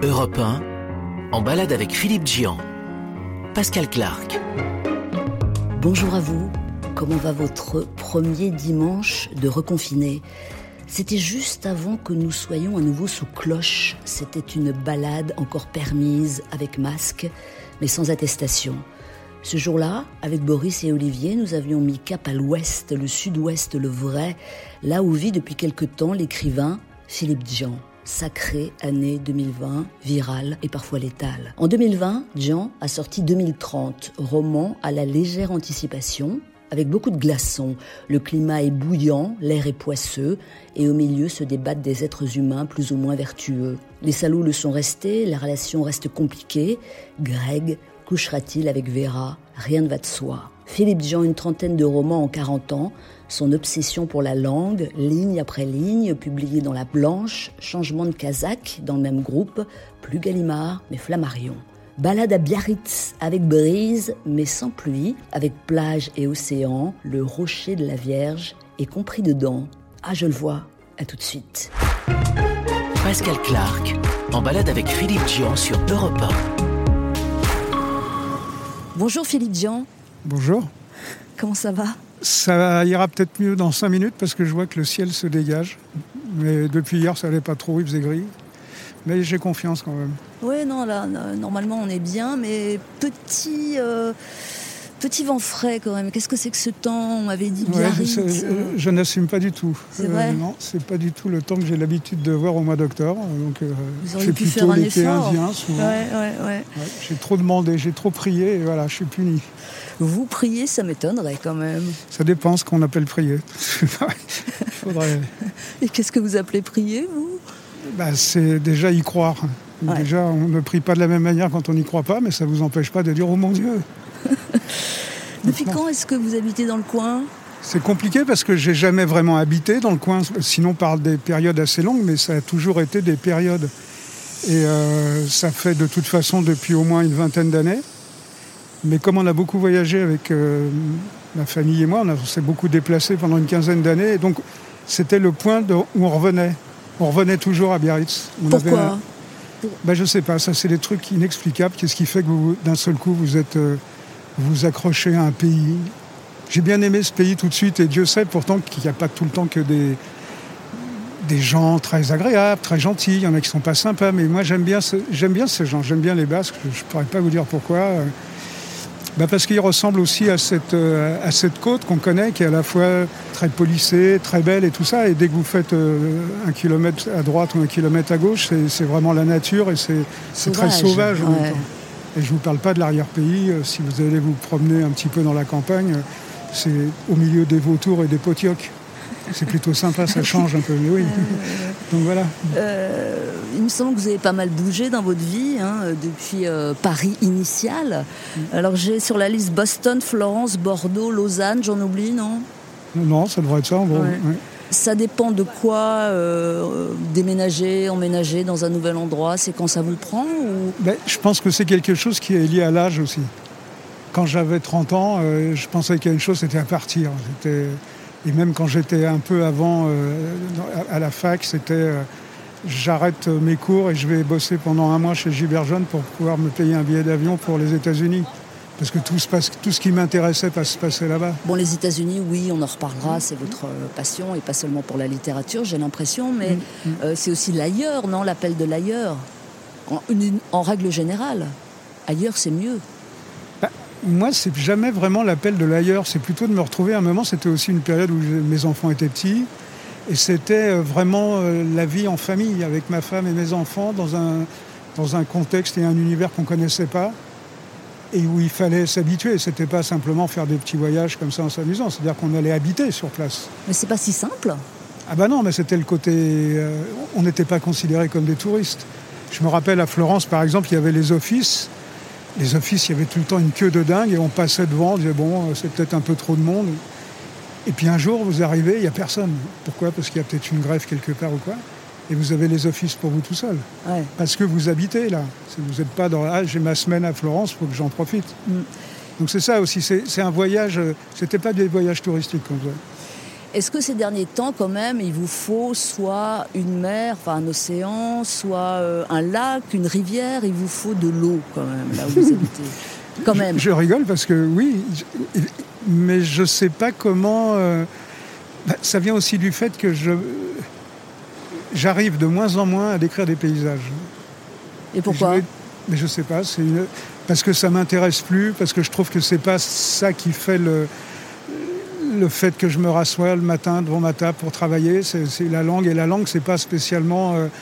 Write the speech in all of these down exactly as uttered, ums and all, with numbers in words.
Europe un, en balade avec Philippe Gian. Pascal Clark. Bonjour à vous. Comment va votre premier dimanche de reconfiné ? C'était juste avant que nous soyons à nouveau sous cloche. C'était une balade encore permise, avec masque, mais sans attestation. Ce jour-là, avec Boris et Olivier, nous avions mis cap à l'ouest, le sud-ouest, le vrai, là où vit depuis quelque temps l'écrivain Philippe Gian. Sacrée année deux mille vingt, virale et parfois létale. En deux mille vingt, Gian a sorti deux mille trente, roman à la légère anticipation, avec beaucoup de glaçons. Le climat est bouillant, l'air est poisseux, et au milieu se débattent des êtres humains plus ou moins vertueux. Les salauds le sont restés, la relation reste compliquée. Greg couchera-t-il avec Vera ? Rien ne va de soi. Philippe Gian, une trentaine de romans en quarante ans, son obsession pour la langue, ligne après ligne, publiée dans La Blanche, changement de Kazakh dans le même groupe, plus Gallimard, mais Flammarion. Balade à Biarritz, avec brise, mais sans pluie, avec plage et océan, le rocher de la Vierge est compris dedans. Ah, je le vois, à tout de suite. Pascal Clark, en balade avec Philippe Gian sur Europe un. Bonjour Philippe Gian. Bonjour. Comment ça va ? Ça ira peut-être mieux dans cinq minutes parce que je vois que le ciel se dégage. Mais depuis hier, ça n'allait pas trop, il faisait gris. Mais j'ai confiance quand même. Oui, non, là, normalement, on est bien, mais petit, euh, petit vent frais quand même. Qu'est-ce que c'est que ce temps ? On m'avait dit Biarritz. Ouais, je, euh, je n'assume pas du tout. C'est vrai ? euh, Non, c'est pas du tout le temps que j'ai l'habitude de voir au mois d'octobre. Donc, euh, Vous je fais pu plutôt faire un l'été effort. indien souvent. Ouais, ouais, ouais. Ouais, j'ai trop demandé, j'ai trop prié et voilà, je suis puni. Vous priez, ça m'étonnerait quand même. Ça dépend ce qu'on appelle prier. Faudrait... Et qu'est-ce que vous appelez prier, vous ? Bah, c'est déjà y croire. Ouais. Déjà, on ne prie pas de la même manière quand on n'y croit pas, mais ça ne vous empêche pas de dire « Oh mon Dieu !» Depuis quand est-ce que vous habitez dans le coin ? C'est compliqué parce que j'ai jamais vraiment habité dans le coin, sinon par des périodes assez longues, mais ça a toujours été des périodes. Et euh, ça fait de toute façon depuis au moins une vingtaine d'années. Mais comme on a beaucoup voyagé avec euh, ma famille et moi, on, a, on s'est beaucoup déplacé pendant une quinzaine d'années, et donc c'était le point de, où on revenait. On revenait toujours à Biarritz. On Pourquoi avait un... ben, je sais pas, ça c'est des trucs inexplicables. Qu'est-ce qui fait que vous, d'un seul coup vous êtes, euh, vous accrochez à un pays ? J'ai bien aimé ce pays tout de suite, et Dieu sait pourtant qu'il n'y a pas tout le temps que des, des gens très agréables, très gentils. Il y en a qui sont pas sympas, mais moi j'aime bien, ce, j'aime bien ces gens, j'aime bien les Basques. Je ne pourrais pas vous dire pourquoi. Ben parce qu'ils ressemblent aussi à cette, euh, à cette côte qu'on connaît, qui est à la fois très policée, très belle et tout ça. Et dès que vous faites euh, un kilomètre à droite ou un kilomètre à gauche, c'est, c'est vraiment la nature et c'est, c'est très sauvage en ouais. même temps. Et je ne vous parle pas de l'arrière-pays. Si vous allez vous promener un petit peu dans la campagne, c'est au milieu des vautours et des potiocs. C'est plutôt sympa, ça change un peu. Mais oui. Donc voilà. Euh, il me semble que vous avez pas mal bougé dans votre vie, hein, depuis euh, Paris initial. Mm. Alors j'ai sur la liste Boston, Florence, Bordeaux, Lausanne, j'en oublie, non ? Non, ça devrait être ça en gros. Ouais. Ouais. Ça dépend de quoi euh, déménager, emménager dans un nouvel endroit, c'est quand ça vous prend ou... ben, je pense que c'est quelque chose qui est lié à l'âge aussi. Quand j'avais trente ans, euh, je pensais qu'il y a une chose, c'était à partir. C'était... Et même quand j'étais un peu avant euh, à la fac, c'était euh, j'arrête mes cours et je vais bosser pendant un mois chez Gilbert Jeune pour pouvoir me payer un billet d'avion pour les États-Unis. Parce que tout, se passe, tout ce qui m'intéressait se passait là-bas. Bon, les États-Unis, oui, on en reparlera, c'est votre passion, et pas seulement pour la littérature, j'ai l'impression, mais mmh. euh, c'est aussi l'ailleurs, non ? L'appel de l'ailleurs. En, une, en règle générale, ailleurs, c'est mieux. Bah, moi, c'est jamais vraiment l'appel de l'ailleurs, c'est plutôt de me retrouver. À un moment, c'était aussi une période où mes enfants étaient petits, et c'était vraiment la vie en famille, avec ma femme et mes enfants, dans un, dans un contexte et un univers qu'on ne connaissait pas. Et où il fallait s'habituer. C'était pas simplement faire des petits voyages comme ça en s'amusant. C'est-à-dire qu'on allait habiter sur place. Mais c'est pas si simple. Ah ben non, mais c'était le côté... Euh, on n'était pas considérés comme des touristes. Je me rappelle à Florence, par exemple, il y avait les offices. Les offices, il y avait tout le temps une queue de dingue et on passait devant, on disait bon, c'est peut-être un peu trop de monde. Et puis un jour, vous arrivez, il n'y a personne. Pourquoi ? Parce qu'il y a peut-être une grève quelque part ou quoi. Et vous avez les offices pour vous tout seul. Ouais. Parce que vous habitez là. Vous n'êtes pas dans ah, j'ai ma semaine à Florence, il faut que j'en profite. Mm. Donc c'est ça aussi, c'est, c'est un voyage, c'était pas des voyages touristiques qu'on faisait. Est-ce que ces derniers temps, quand même, il vous faut soit une mer, enfin un océan, soit euh, un lac, une rivière, il vous faut de l'eau, quand même, là où vous habitez? Quand même. Je, je rigole parce que oui, je, mais je ne sais pas comment... Euh, bah, ça vient aussi du fait que je, j'arrive de moins en moins à décrire des paysages. Et pourquoi? je, Mais je ne sais pas, c'est une, parce que ça ne m'intéresse plus, parce que je trouve que ce n'est pas ça qui fait le... Le fait que je me rassois le matin devant ma table pour travailler, c'est, c'est la langue. Et la langue, c'est pas spécialement euh,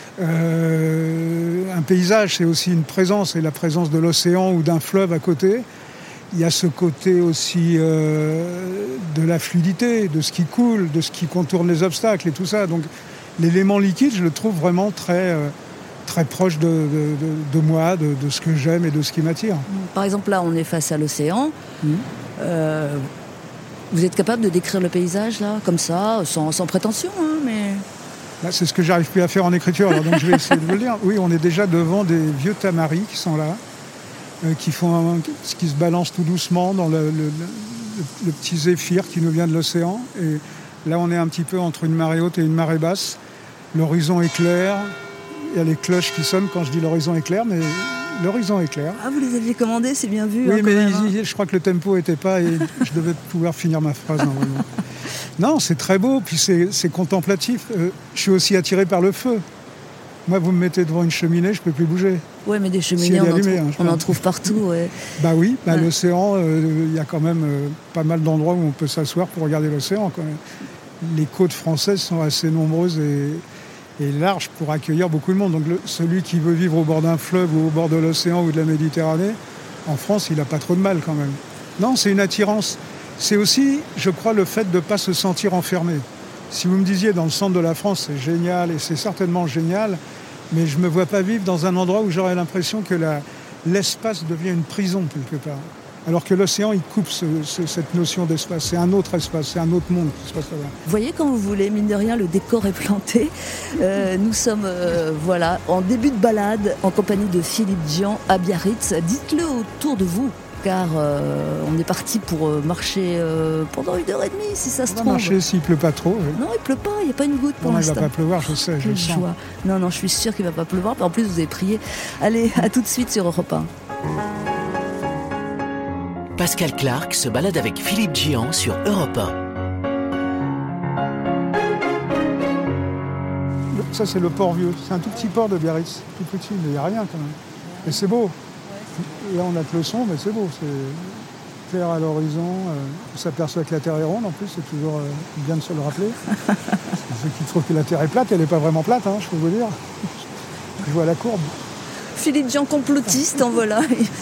euh, un paysage, c'est aussi une présence. Et la présence de l'océan ou d'un fleuve à côté. Il y a ce côté aussi euh, de la fluidité, de ce qui coule, de ce qui contourne les obstacles et tout ça. Donc l'élément liquide, je le trouve vraiment très, euh, très proche de, de, de, de moi, de, de ce que j'aime et de ce qui m'attire. Par exemple, là, on est face à l'océan. Mmh. Euh, Vous êtes capable de décrire le paysage, là, comme ça, sans, sans prétention, hein, mais... Là, c'est ce que j'arrive plus à faire en écriture, alors donc je vais essayer de vous le dire. Oui, on est déjà devant des vieux tamaris qui sont là, euh, qui, font un, qui se balancent tout doucement dans le, le, le, le petit zéphyr qui nous vient de l'océan. Et là, on est un petit peu entre une marée haute et une marée basse. L'horizon est clair, il y a les cloches qui sonnent quand je dis l'horizon est clair, mais... L'horizon est clair. Ah, vous les aviez commandés, c'est bien vu. Oui, hein, mais même, hein. je crois que le tempo n'était pas et je devais pouvoir finir ma phrase normalement. Non, c'est très beau, puis c'est, c'est contemplatif. Euh, je suis aussi attiré par le feu. Moi, vous me mettez devant une cheminée, je ne peux plus bouger. Oui, mais des cheminées, si on, allumée, en, trouve, hein, on en trouve partout. Ouais. Bah oui, bah ouais. L'océan, il euh, y a quand même euh, pas mal d'endroits où on peut s'asseoir pour regarder l'océan. Quand même. Les côtes françaises sont assez nombreuses et... et large pour accueillir beaucoup de monde. Donc le, celui qui veut vivre au bord d'un fleuve ou au bord de l'océan ou de la Méditerranée, en France, il n'a pas trop de mal quand même. Non, c'est une attirance. C'est aussi, je crois, le fait de ne pas se sentir enfermé. Si vous me disiez dans le centre de la France, c'est génial et c'est certainement génial, mais je ne me vois pas vivre dans un endroit où j'aurais l'impression que la, l'espace devient une prison quelque part. Alors que l'océan, il coupe ce, ce, cette notion d'espace. C'est un autre espace, c'est un autre monde qui se passe là-bas. Vous voyez, quand vous voulez, mine de rien, le décor est planté. Euh, nous sommes euh, voilà, en début de balade, en compagnie de Philippe Dzian à Biarritz. Dites-le autour de vous, car euh, on est parti pour marcher euh, pendant une heure et demie, si ça se trouve. On va marcher s'il ne pleut pas trop. Oui. Non, il ne pleut pas, il n'y a pas une goutte pour non, l'instant. Il ne va pas pleuvoir, je sais, je le sens. Joie. Non, non, je suis sûre qu'il ne va pas pleuvoir. En plus, vous avez prié. Allez, à tout de suite sur Europe un. Pascal Clark se balade avec Philippe Dzian sur Europe un. Ça, c'est le port vieux. C'est un tout petit port de Biarritz. Tout petit, mais il n'y a rien quand même. Et c'est beau. Là, on n'a que le son, mais c'est beau. C'est clair à l'horizon. On s'aperçoit que la Terre est ronde. En plus, c'est toujours bien de se le rappeler. Ceux qui trouvent que la Terre est plate, elle n'est pas vraiment plate, hein, je peux vous dire. Je vois la courbe. Philippe Dzian, complotiste, en voilà.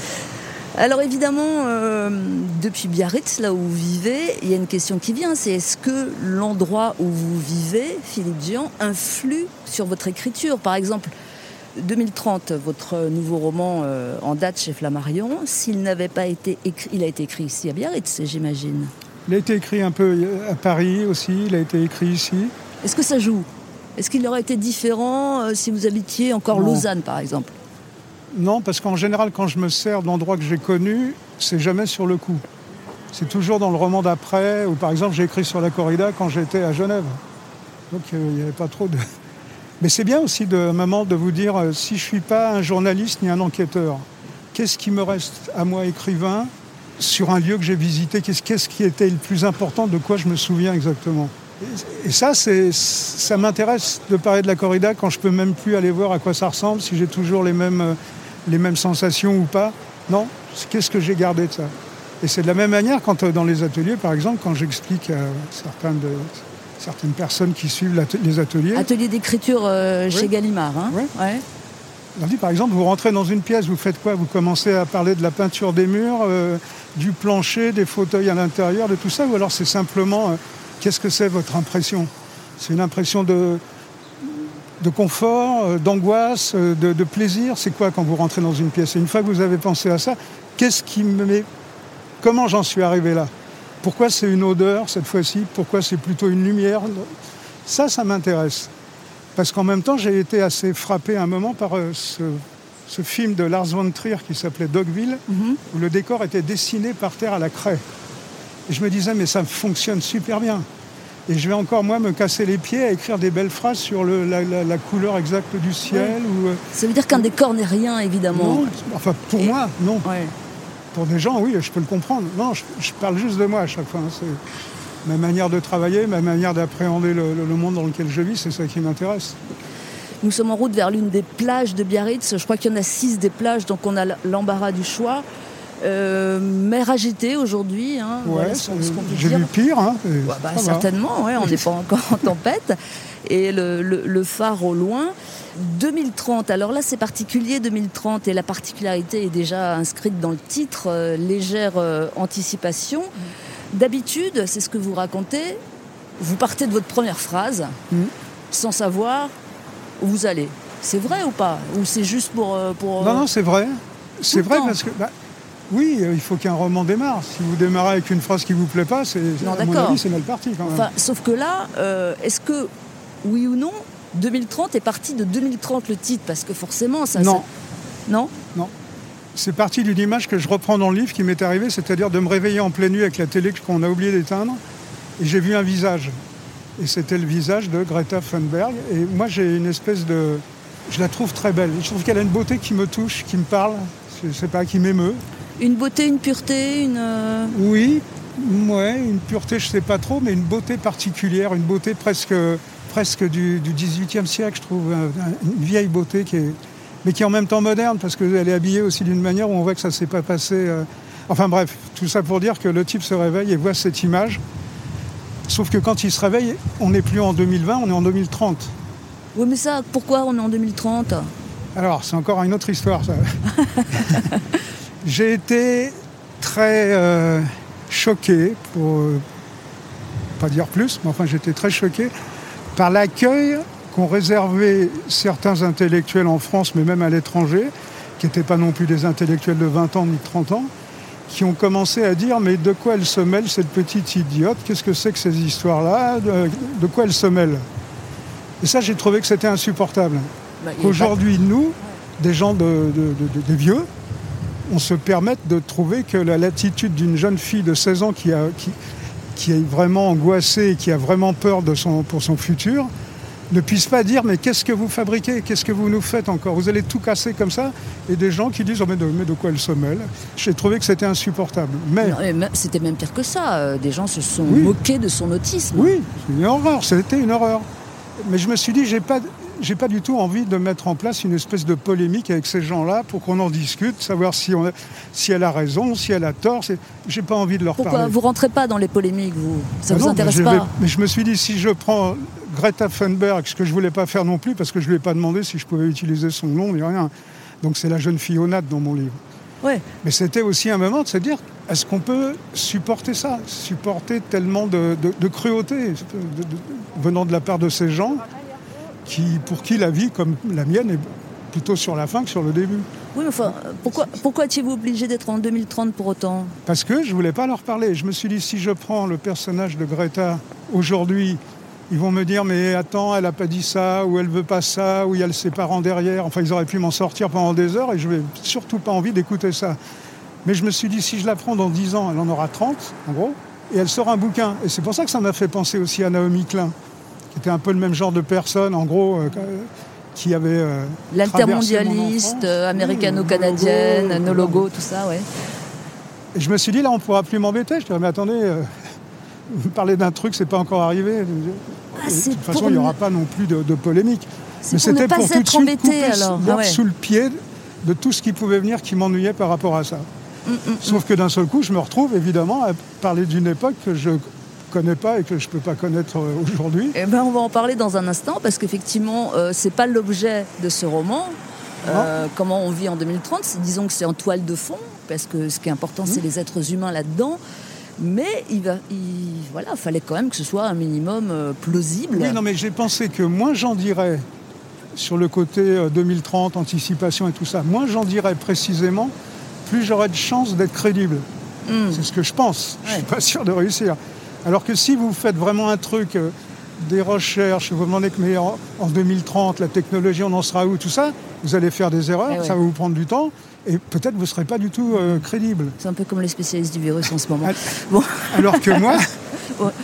Alors évidemment, euh, depuis Biarritz, là où vous vivez, il y a une question qui vient, c'est est-ce que l'endroit où vous vivez, Philippe Dzian, influe sur votre écriture? Par exemple, deux mille trente, votre nouveau roman euh, en date chez Flammarion, s'il n'avait pas été écrit, il a été écrit ici à Biarritz, j'imagine. Il a été écrit un peu à Paris aussi, il a été écrit ici. Est-ce que ça joue? Est-ce qu'il aurait été différent euh, si vous habitiez encore non. Lausanne, par exemple? Non, parce qu'en général, quand je me sers de l'endroit que j'ai connu, c'est jamais sur le coup. C'est toujours dans le roman d'après, ou par exemple, j'ai écrit sur la corrida quand j'étais à Genève. Donc, il euh, n'y avait pas trop de... Mais c'est bien aussi, de un moment, de vous dire, euh, si je ne suis pas un journaliste ni un enquêteur, qu'est-ce qui me reste à moi, écrivain, sur un lieu que j'ai visité? Qu'est-ce, qu'est-ce qui était le plus important? De quoi je me souviens exactement? Et, et ça, c'est, ça m'intéresse de parler de la corrida quand je ne peux même plus aller voir à quoi ça ressemble, si j'ai toujours les mêmes... Euh, les mêmes sensations ou pas. Non, qu'est-ce que j'ai gardé de ça? Et c'est de la même manière quand dans les ateliers, par exemple, quand j'explique à certaines, de, certaines personnes qui suivent les ateliers... Atelier d'écriture euh, oui. Chez Gallimard, hein? Oui. Ouais. On dit, par exemple, vous rentrez dans une pièce, vous faites quoi? Vous commencez à parler de la peinture des murs, euh, du plancher, des fauteuils à l'intérieur, de tout ça, ou alors c'est simplement, euh, qu'est-ce que c'est votre impression? C'est une impression de... de confort, d'angoisse, de, de plaisir. C'est quoi quand vous rentrez dans une pièce? Et une fois que vous avez pensé à ça, qu'est-ce qui me met... Comment j'en suis arrivé là? Pourquoi c'est une odeur cette fois-ci? Pourquoi c'est plutôt une lumière? Ça, ça m'intéresse. Parce qu'en même temps, j'ai été assez frappé à un moment par ce, ce film de Lars von Trier qui s'appelait Dogville, mm-hmm. où le décor était dessiné par terre à la craie. Et je me disais, mais ça fonctionne super bien. Et je vais encore, moi, me casser les pieds à écrire des belles phrases sur le, la, la, la couleur exacte du ciel. Ouais. Ou, euh, ça veut dire qu'un décor n'est rien, évidemment. Non, enfin, pour Et... moi, non. Ouais. Pour des gens, oui, je peux le comprendre. Non, je, je parle juste de moi à chaque fois. Hein. C'est ma manière de travailler, ma manière d'appréhender le, le, le monde dans lequel je vis, c'est ça qui m'intéresse. Nous sommes en route vers l'une des plages de Biarritz. Je crois qu'il y en a six des plages, donc on a l'embarras du choix. Euh, mer agitée aujourd'hui, hein, ouais, voilà ce, ce qu'on peut j'ai dire. vu pire. Hein, ouais, bah, certainement, ouais, on n'est pas encore en tempête. Et le, le, le phare au loin. deux mille trente, alors là c'est particulier deux mille trente et la particularité est déjà inscrite dans le titre, euh, légère euh, anticipation. D'habitude, c'est ce que vous racontez, vous partez de votre première phrase mmh. sans savoir où vous allez. C'est vrai ou pas? Ou c'est juste pour... pour non, non, c'est vrai. C'est vrai temps. Parce que... Bah, oui, il faut qu'un roman démarre. Si vous démarrez avec une phrase qui ne vous plaît pas, c'est, non, à mon avis, c'est mal parti quand même. Enfin, sauf que là, euh, est-ce que, oui ou non, deux mille trente est parti de deux mille trente le titre? Parce que forcément, ça... Non. Ça... Non Non. C'est parti d'une image que je reprends dans le livre qui m'est arrivée, c'est-à-dire de me réveiller en pleine nuit avec la télé qu'on a oublié d'éteindre. Et j'ai vu un visage. Et c'était le visage de Greta Thunberg. Et moi, j'ai une espèce de... Je la trouve très belle. Je trouve qu'elle a une beauté qui me touche, qui me parle. Je ne sais pas, qui m'émeut. Une beauté, une pureté, une... Oui, ouais, une pureté, je ne sais pas trop, mais une beauté particulière, une beauté presque, presque du, du dix-huitième siècle, je trouve. Une vieille beauté qui est... mais qui est en même temps moderne, parce qu'elle est habillée aussi d'une manière où on voit que ça ne s'est pas passé... Euh... Enfin bref, tout ça pour dire que le type se réveille et voit cette image. Sauf que quand il se réveille, on n'est plus en deux mille vingt, on est en deux mille trente. Oui, mais ça, pourquoi on est en deux mille trente? Alors, c'est encore une autre histoire, ça. J'ai été très euh, choqué, pour euh, pas dire plus, mais enfin j'étais très choqué par l'accueil qu'ont réservé certains intellectuels en France, mais même à l'étranger, qui n'étaient pas non plus des intellectuels de vingt ans ni de trente ans, qui ont commencé à dire « mais de quoi elle se mêle, cette petite idiote? Qu'est-ce que c'est que ces histoires-là? de, de quoi elle se mêle ?» Et ça, j'ai trouvé que c'était insupportable. Bah, Qu'aujourd'hui, pas... nous, des gens de, de, de, de, de vieux, on se permette de trouver que la l'attitude d'une jeune fille de seize ans qui, a, qui, qui est vraiment angoissée et qui a vraiment peur de son, pour son futur, ne puisse pas dire « mais qu'est-ce que vous fabriquez? Qu'est-ce que vous nous faites encore? Vous allez tout casser comme ça ?» Et des gens qui disent oh, mais, de, « mais de quoi elle se mêle ?» J'ai trouvé que c'était insupportable. Mais... Non, mais c'était même pire que ça. Des gens se sont oui. moqués de son autisme. Oui, c'est une horreur. C'était une horreur. Mais je me suis dit, j'ai pas, j'ai pas du tout envie de mettre en place une espèce de polémique avec ces gens-là pour qu'on en discute, savoir si, on a, si elle a raison, si elle a tort. C'est, j'ai pas envie de leur Pourquoi parler. Pourquoi vous rentrez pas dans les polémiques, vous? Ça ah vous non, intéresse mais pas vais, Mais je me suis dit, si je prends Greta Thunberg, ce que je voulais pas faire non plus, parce que je lui ai pas demandé si je pouvais utiliser son nom ni rien. Donc c'est la jeune fille honnête dans mon livre. Ouais. Mais c'était aussi un moment de se dire, est-ce qu'on peut supporter ça, supporter tellement de, de, de cruauté de, de, de, venant de la part de ces gens qui, pour qui la vie, comme la mienne, est plutôt sur la fin que sur le début. Oui, mais enfin, pourquoi, pourquoi étiez-vous obligé d'être en deux mille trente pour autant? Parce que je ne voulais pas leur parler. Je me suis dit, si je prends le personnage de Greta aujourd'hui, ils vont me dire, mais attends, elle n'a pas dit ça, ou elle ne veut pas ça, ou il y a ses parents derrière. Enfin, ils auraient pu m'en sortir pendant des heures et je n'avais surtout pas envie d'écouter ça. Mais je me suis dit, si je la prends dans dix ans, elle en aura trente, en gros, et elle sort un bouquin. Et c'est pour ça que ça m'a fait penser aussi à Naomi Klein, qui était un peu le même genre de personne, en gros, euh, qui avait... Euh, L'altermondialiste, euh, américano-canadienne, oui, nos logos, tout ça, ouais. Et je me suis dit, là, on ne pourra plus m'embêter. Je dirais, mais attendez, euh, vous parlez d'un truc, c'est pas encore arrivé. Ah, de toute façon, il n'y aura pas non plus de, de polémique. C'est mais pour c'était pour tout de suite embêté, alors. Ah ouais. Sous le pied de tout ce qui pouvait venir qui m'ennuyait par rapport à ça. Mm, mm, Sauf mm. que d'un seul coup, je me retrouve évidemment à parler d'une époque que je connais pas et que je peux pas connaître aujourd'hui. Eh ben, on va en parler dans un instant parce qu'effectivement, euh, c'est pas l'objet de ce roman. Euh, comment on vit en deux mille trente, c'est, disons que c'est en toile de fond parce que ce qui est important, mm. c'est les êtres humains là-dedans. Mais il va, il, voilà, fallait quand même que ce soit un minimum euh, plausible. Oui, non, mais j'ai pensé que moins j'en dirais sur le côté euh, deux mille trente, anticipation et tout ça, moins j'en dirais précisément, plus j'aurais de chances d'être crédible. Mm. C'est ce que je pense. Ouais. Je suis pas sûr de réussir. Alors que si vous faites vraiment un truc, euh, des recherches, vous vous demandez que mais en, en deux mille trente, la technologie, on en sera où, tout ça, vous allez faire des erreurs, ouais. ça va vous prendre du temps. Et peut-être vous ne serez pas du tout euh, crédible. C'est un peu comme les spécialistes du virus en ce moment. Bon. Alors que moi... ouais.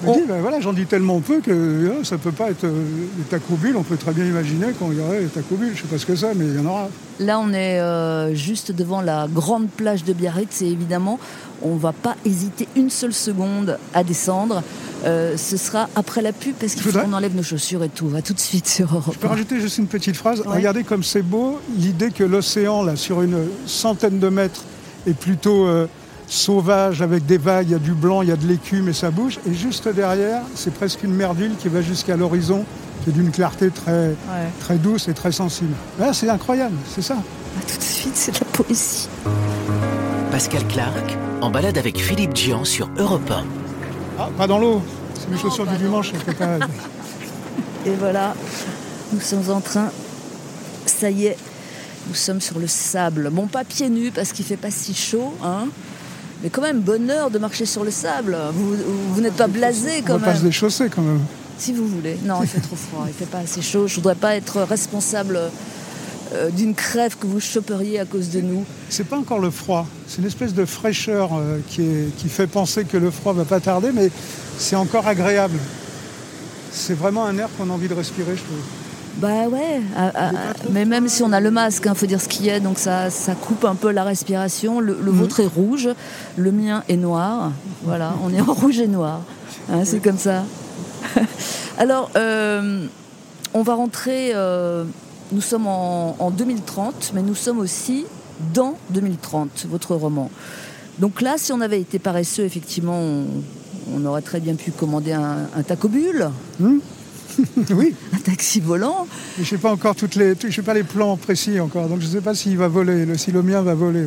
Je me dis, ben voilà, j'en dis tellement peu que euh, ça ne peut pas être euh, les tacobules. On peut très bien imaginer qu'on y aurait les tacobules. Je ne sais pas ce que c'est, mais il y en aura. Là, on est euh, juste devant la grande plage de Biarritz et évidemment, on ne va pas hésiter une seule seconde à descendre. Euh, ce sera après la pub parce qu'il faut qu'on enlève nos chaussures et tout. On va tout de suite sur Europe. Je peux rajouter juste une petite phrase. Ouais. Regardez comme c'est beau. L'idée que l'océan, là, sur une centaine de mètres, est plutôt euh, sauvage avec des vagues. Il y a du blanc, il y a de l'écume et ça bouge. Et juste derrière, c'est presque une mer d'huile qui va jusqu'à l'horizon, qui est d'une clarté très, ouais. très douce et très sensible. Là, c'est incroyable, c'est ça. Ah, tout de suite, c'est de la poésie. Pascal Clark, en balade avec Philippe Gian sur Europe un. Ah, pas dans l'eau. C'est mes chaussures du dimanche. Pas... Et voilà, nous sommes en train, ça y est, nous sommes sur le sable. Bon, pas pieds nus parce qu'il ne fait pas si chaud, hein, mais quand même, bonheur de marcher sur le sable. Vous, vous, vous n'êtes pas blasé quand même. On même. va pas se déchausser quand même. Si vous voulez. Non, il fait trop froid, il ne fait pas assez chaud. Je ne voudrais pas être responsable euh, d'une crève que vous choperiez à cause de nous. C'est pas encore le froid, c'est une espèce de fraîcheur euh, qui, est, qui fait penser que le froid va pas tarder, mais c'est encore agréable. C'est vraiment un air qu'on a envie de respirer, je trouve. Bah ouais, à, à, mais même si on a le masque, il hein, faut dire ce qu'il y a, donc ça, ça coupe un peu la respiration. Le, le mmh. vôtre est rouge, le mien est noir. Voilà, on est en rouge et noir. Hein, c'est comme ça. Alors, euh, on va rentrer... Euh, nous sommes en, en deux mille trente, mais nous sommes aussi dans deux mille trente, votre roman. Donc là, si on avait été paresseux, effectivement, on, on aurait très bien pu commander un, un tacobule. Mmh. Oui. Un taxi volant. Je ne sais pas encore toutes les, je sais pas les plans précis encore, donc je ne sais pas s'il va voler, si le mien va voler.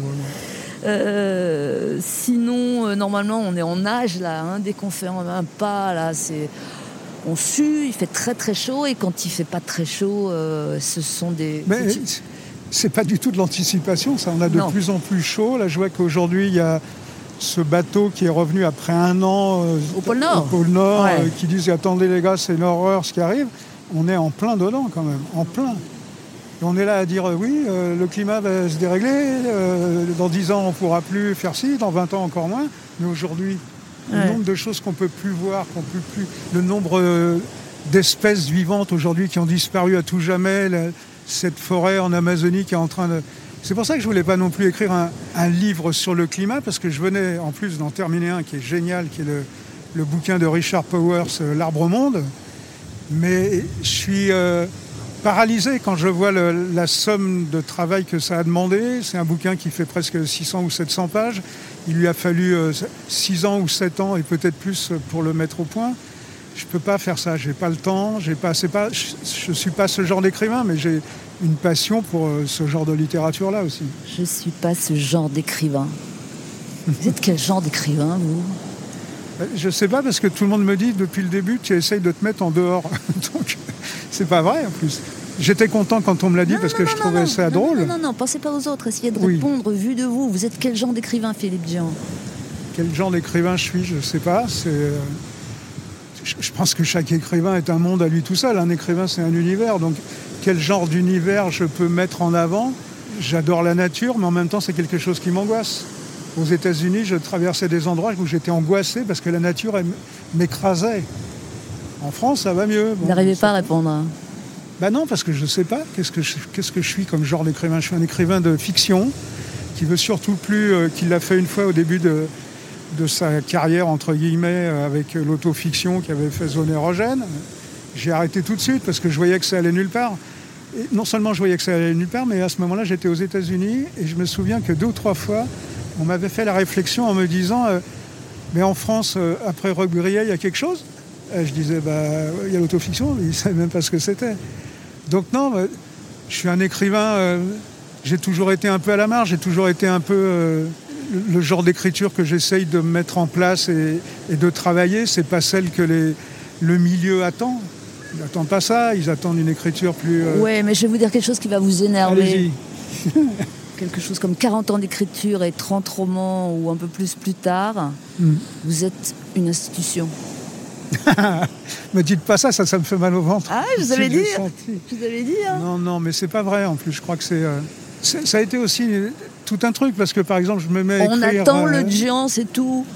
Euh, sinon, euh, normalement, on est en nage là. Hein, dès qu'on fait un pas, là, c'est, on sue. Il fait très très chaud et quand il fait pas très chaud, euh, ce sont des. Mais petits... c'est pas du tout de l'anticipation. Ça, on a de non. plus en plus chaud. Là, je vois qu'aujourd'hui, il y a ce bateau qui est revenu après un an euh, au pôle Nord, au pôle Nord ouais. euh, qui disent attendez les gars, c'est une horreur ce qui arrive. On est en plein dedans quand même, en plein. Et on est là à dire euh, oui, euh, le climat va se dérégler, euh, dans dix ans on ne pourra plus faire ci, dans vingt ans encore moins. Mais aujourd'hui, ouais. le nombre de choses qu'on ne peut plus voir, qu'on peut plus, le nombre euh, d'espèces vivantes aujourd'hui qui ont disparu à tout jamais, la, cette forêt en Amazonie qui est en train de... C'est pour ça que je ne voulais pas non plus écrire un, un livre sur le climat, parce que je venais en plus d'en terminer un qui est génial, qui est le, le bouquin de Richard Powers, L'Arbre-Monde. Mais je suis euh, paralysé quand je vois le, la somme de travail que ça a demandé. C'est un bouquin qui fait presque six cents ou sept cents pages. Il lui a fallu euh, six ans ou sept ans et peut-être plus pour le mettre au point. Je ne peux pas faire ça, je n'ai pas le temps. J'ai pas, c'est pas, je ne suis pas ce genre d'écrivain, mais j'ai une passion pour euh, ce genre de littérature-là aussi. Je ne suis pas ce genre d'écrivain. Vous êtes quel genre d'écrivain, vous ? Je ne sais pas, parce que tout le monde me dit depuis le début tu essayes de te mettre en dehors. Donc, c'est pas vrai en plus. J'étais content quand on me l'a dit non, parce non, que non, je trouvais non, ça non, drôle. Non, non, non, pensez pas aux autres. Essayez de oui. répondre vu de vous. Vous êtes quel genre d'écrivain, Philippe Gian ? Quel genre d'écrivain je suis, je ne sais pas. C'est, euh, je pense que chaque écrivain est un monde à lui tout seul. Un écrivain, c'est un univers. Donc, quel genre d'univers je peux mettre en avant ? J'adore la nature, mais en même temps, c'est quelque chose qui m'angoisse. Aux États-Unis, je traversais des endroits où j'étais angoissé parce que la nature m'écrasait. En France, ça va mieux. Bon, Vous n'arrivez pas à répondre. Ben non, parce que je ne sais pas. Qu'est-ce que, je, qu'est-ce que je suis comme genre d'écrivain ? Je suis un écrivain de fiction qui veut surtout plus, euh, qu'il l'a fait une fois au début de, de sa carrière, entre guillemets, avec l'autofiction qui avait fait Zone érogène. J'ai arrêté tout de suite parce que je voyais que ça allait nulle part. Et non seulement je voyais que ça allait nulle part, mais à ce moment-là, j'étais aux États-Unis et je me souviens que deux ou trois fois, on m'avait fait la réflexion en me disant euh, mais en France, euh, après Roch Brillet, il y a quelque chose ? Et je disais bah il y a l'autofiction, ils ne savaient même pas ce que c'était. Donc non, euh, je suis un écrivain, euh, j'ai toujours été un peu à la marge, j'ai toujours été un peu euh, le, le genre d'écriture que j'essaye de mettre en place et, et de travailler, c'est pas celle que les, le milieu attend. Ils n'attendent pas ça, ils attendent une écriture plus... Euh... Oui, mais je vais vous dire quelque chose qui va vous énerver. Allez-y. Quelque chose comme quarante ans d'écriture et trente romans ou un peu plus plus tard, mm. vous êtes une institution. Me dites pas ça, ça, ça me fait mal au ventre. Ah, je vous avais dit. Je vous avais dit. Hein. Non, non, mais c'est pas vrai en plus. Je crois que c'est, euh, c'est ça a été aussi tout un truc parce que par exemple, je me mets à On écrire, attend euh, le Gian, c'est tout.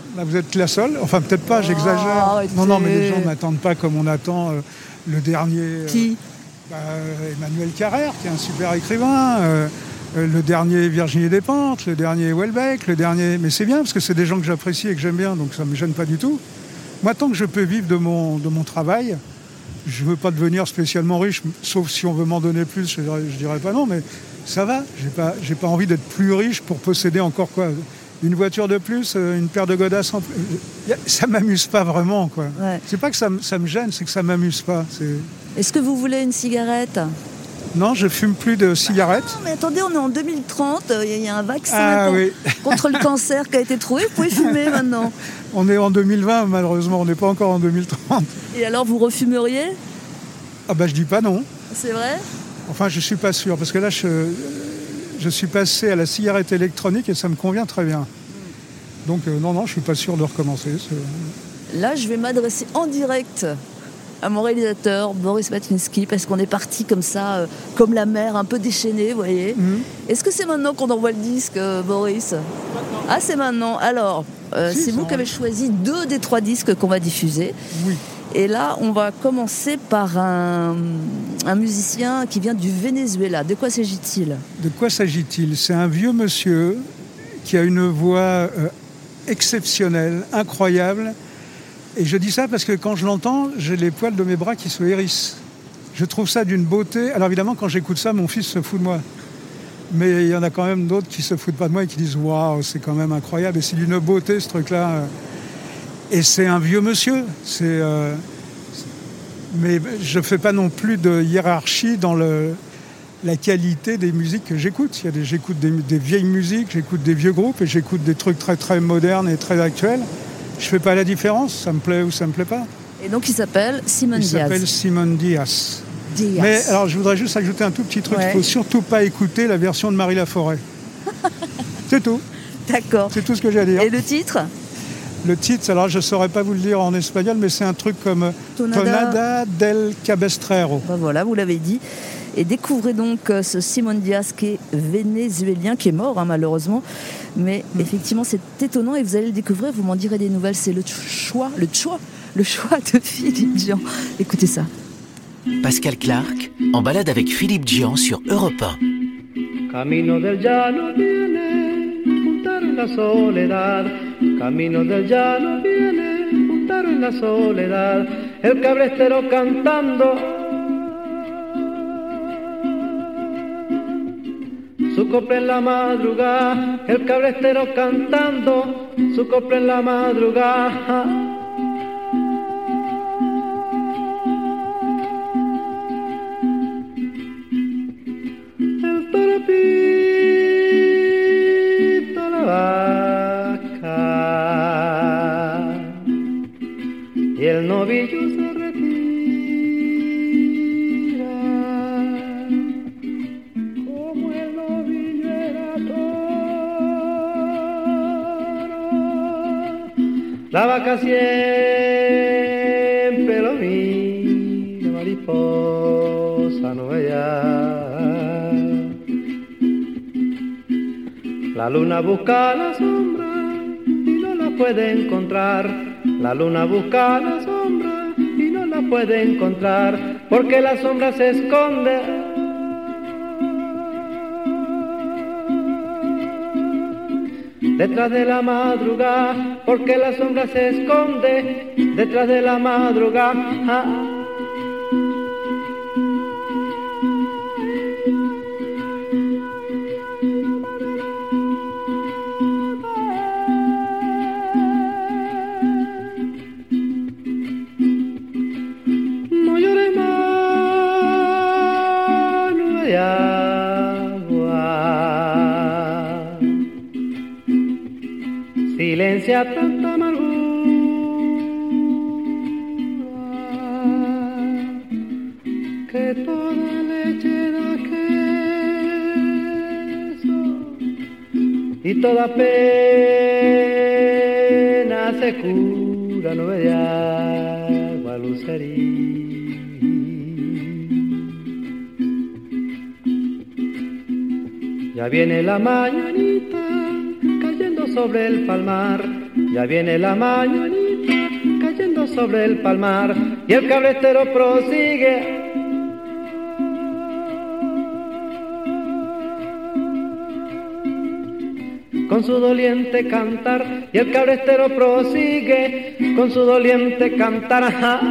Là, vous êtes la seule. Enfin, peut-être pas, j'exagère. Oh, non, non, mais les gens n'attendent pas comme on attend euh, le dernier... Qui euh, bah, Emmanuel Carrère, qui est un super écrivain. Euh, euh, le dernier Virginie Despentes, le dernier Houellebecq, le dernier... Mais c'est bien, parce que c'est des gens que j'apprécie et que j'aime bien, donc ça ne me gêne pas du tout. Moi, tant que je peux vivre de mon, de mon travail, je ne veux pas devenir spécialement riche, sauf si on veut m'en donner plus, je dirais, je dirais pas non, mais ça va. Je n'ai pas, j'ai pas envie d'être plus riche pour posséder encore quoi, une voiture de plus, une paire de godasses en plus. Ça ne m'amuse pas vraiment, quoi. Ouais. C'est pas que ça, ça me gêne, c'est que ça ne m'amuse pas. C'est... Est-ce que vous voulez une cigarette ? Non, je fume plus de cigarettes. Non, mais attendez, on est en deux mille trente, il y a un vaccin ah, contre, oui. contre le cancer qui a été trouvé, vous pouvez fumer maintenant. On est en deux mille vingt, malheureusement, on n'est pas encore en deux mille trente. Et alors, vous refumeriez ? Ah bah je dis pas non. C'est vrai ? Enfin, je suis pas sûr, parce que là, je, je suis passé à la cigarette électronique et ça me convient très bien. Donc euh, non, non, je suis pas sûr de recommencer. C'est... Là, je vais m'adresser en direct à mon réalisateur, Boris Baczynski, parce qu'on est parti comme ça, euh, comme la mer, un peu déchaînée, vous voyez. Mm-hmm. Est-ce que c'est maintenant qu'on envoie le disque, euh, Boris ? Maintenant. Ah, c'est maintenant. Alors, euh, si, c'est vous qui avez choisi deux des trois disques qu'on va diffuser. Oui. Et là, on va commencer par un, un musicien qui vient du Venezuela. De quoi s'agit-il ? De quoi s'agit-il ? C'est un vieux monsieur qui a une voix euh, exceptionnelle, incroyable. Et je dis ça parce que quand je l'entends, j'ai les poils de mes bras qui se hérissent. Je trouve ça d'une beauté. Alors évidemment, quand j'écoute ça, mon fils se fout de moi. Mais il y en a quand même d'autres qui se foutent pas de moi et qui disent « Waouh, c'est quand même incroyable ». Et c'est d'une beauté, ce truc-là. Et c'est un vieux monsieur. C'est, euh... Mais je ne fais pas non plus de hiérarchie dans le... la qualité des musiques que j'écoute. Il y a des... J'écoute des... des vieilles musiques, j'écoute des vieux groupes et j'écoute des trucs très, très modernes et très actuels. Je ne fais pas la différence, ça me plaît ou ça ne me plaît pas. Et donc il s'appelle Simon il Diaz. Il s'appelle Simon Diaz. Diaz. Mais alors je voudrais juste ajouter un tout petit truc. Ouais. Il ne faut surtout pas écouter la version de Marie Laforêt. C'est tout. D'accord. C'est tout ce que j'ai à dire. Et le titre ? Le titre, alors je ne saurais pas vous le dire en espagnol, mais c'est un truc comme Tonada, Tonada del Cabestrero. Ben voilà, vous l'avez dit. Et découvrez donc ce Simon Diaz qui est vénézuélien, qui est mort hein, malheureusement. Mais mmh. effectivement, c'est étonnant et vous allez le découvrir, vous m'en direz des nouvelles. C'est le choix, le choix, le choix de Philippe Djian. Écoutez ça. Pascal Clark, en balade avec Philippe Djian sur Europe un. Camino del llano viene, juntar en la soledad. Camino del llano viene, juntar en la soledad. El cabrestero cantando su copla en la madrugada, el cabrestero cantando su copla en la madrugada. El toropito, la vaca y el novillo se retira. Como el novillo era toro, la vaca siempre lo mira, mariposa no vaya. La luna busca la sombra y no la puede encontrar. La luna busca la sombra y no la puede encontrar, porque la sombra se esconde detrás de la madrugada, porque la sombra se esconde detrás de la madrugada. Silencia tanta amargura que toda leche da queso y toda pena se cura, no hay agua lucerí. Ya viene la mañanita cayendo sobre el palmar, Ya viene la mañanita cayendo sobre el palmar y el cabretero prosigue. Con su doliente cantar y el cabrestero prosigue con su doliente cantar. Ajá.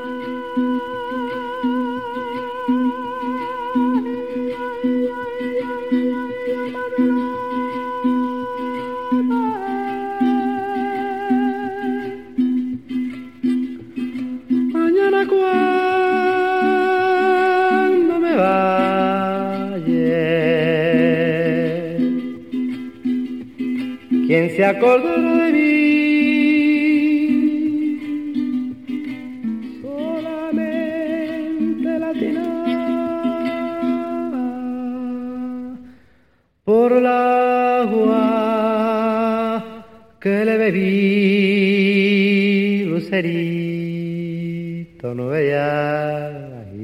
Mañana cuando me vaya, ¿quién se acordará de mí? Solamente latina por el agua que le bebí, Lucerito, no veía.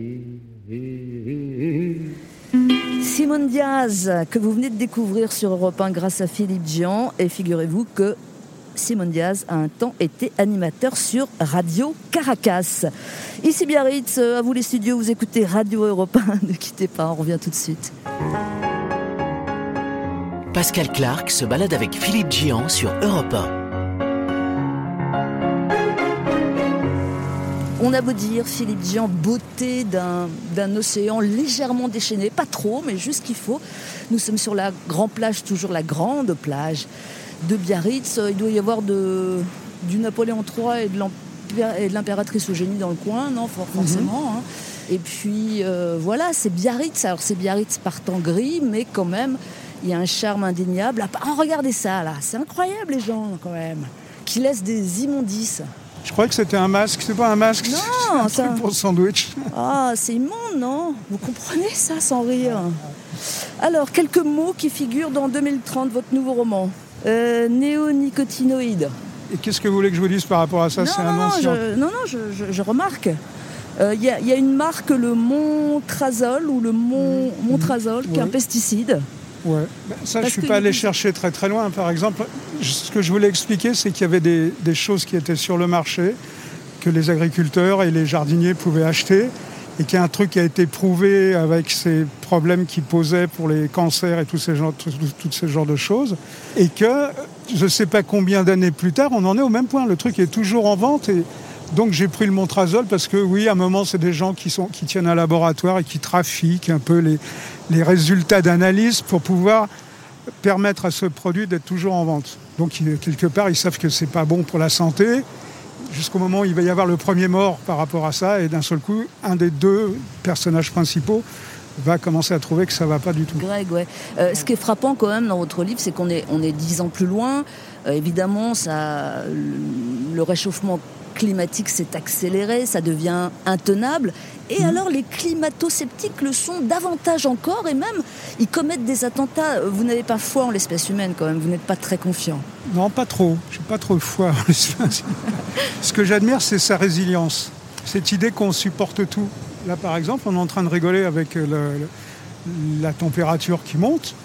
Simone Diaz, que vous venez de découvrir sur Europe un grâce à Philippe Djian. Et figurez-vous que Simone Diaz a un temps été animateur sur Radio Caracas. Ici Biarritz, à vous les studios, vous écoutez Radio Europe un. Ne quittez pas, on revient tout de suite. Pascal Clark se balade avec Philippe Djian sur Europe un. On a beau dire, Philippe Djian, beauté d'un, d'un océan légèrement déchaîné, pas trop, mais juste qu'il faut. Nous sommes sur la grande plage, toujours la grande plage de Biarritz. Il doit y avoir de, du Napoléon trois et de, et de l'impératrice Eugénie dans le coin, non, forcément. Mm-hmm. Hein. Et puis euh, voilà, c'est Biarritz. Alors c'est Biarritz par temps gris, mais quand même, il y a un charme indéniable. Oh, regardez ça, là, c'est incroyable les gens, quand même, qui laissent des immondices. Je crois que c'était un masque, c'est pas un masque, non, c'est un ça... truc pour le sandwich. Ah, c'est immonde, non? Vous comprenez ça sans rire? Alors, quelques mots qui figurent dans deux mille trente, votre nouveau roman. Euh, néonicotinoïdes. Et qu'est-ce que vous voulez que je vous dise par rapport à ça? Non, c'est non, un non, ancien... je, non, non, je, je, je remarque. Il euh, y, y a une marque, le Montrazol, ou le Mont, mmh. Montrazol, qui oui. est un pesticide. Ouais. Ça, Parce je ne suis pas allé chercher très très loin. Par exemple, ce que je voulais expliquer, c'est qu'il y avait des, des choses qui étaient sur le marché, que les agriculteurs et les jardiniers pouvaient acheter, et qu'il y a un truc qui a été prouvé avec ces problèmes qu'il posait pour les cancers et tous ces genres, tous, tous ces genres de choses, et que je ne sais pas combien d'années plus tard, on en est au même point. Le truc est toujours en vente, et donc j'ai pris le Montrazol parce que oui, à un moment, c'est des gens qui, sont, qui tiennent un laboratoire et qui trafiquent un peu les, les résultats d'analyse pour pouvoir permettre à ce produit d'être toujours en vente. Donc quelque part, ils savent que c'est pas bon pour la santé, jusqu'au moment où il va y avoir le premier mort par rapport à ça, et d'un seul coup, un des deux personnages principaux va commencer à trouver que ça va pas du tout. Greg, ouais. Euh, ce qui est frappant quand même dans votre livre, c'est qu'on est, on est dix ans plus loin. Euh, évidemment, ça, le réchauffement climatique s'est accéléré, ça devient intenable. Et mmh. alors, les climato-sceptiques le sont davantage encore, et même, ils commettent des attentats. Vous n'avez pas foi en l'espèce humaine, quand même. Vous n'êtes pas très confiant. Non, pas trop. Je n'ai pas trop foi en l'espèce. Ce que j'admire, c'est sa résilience. Cette idée qu'on supporte tout. Là, par exemple, on est en train de rigoler avec le, le, la température qui monte.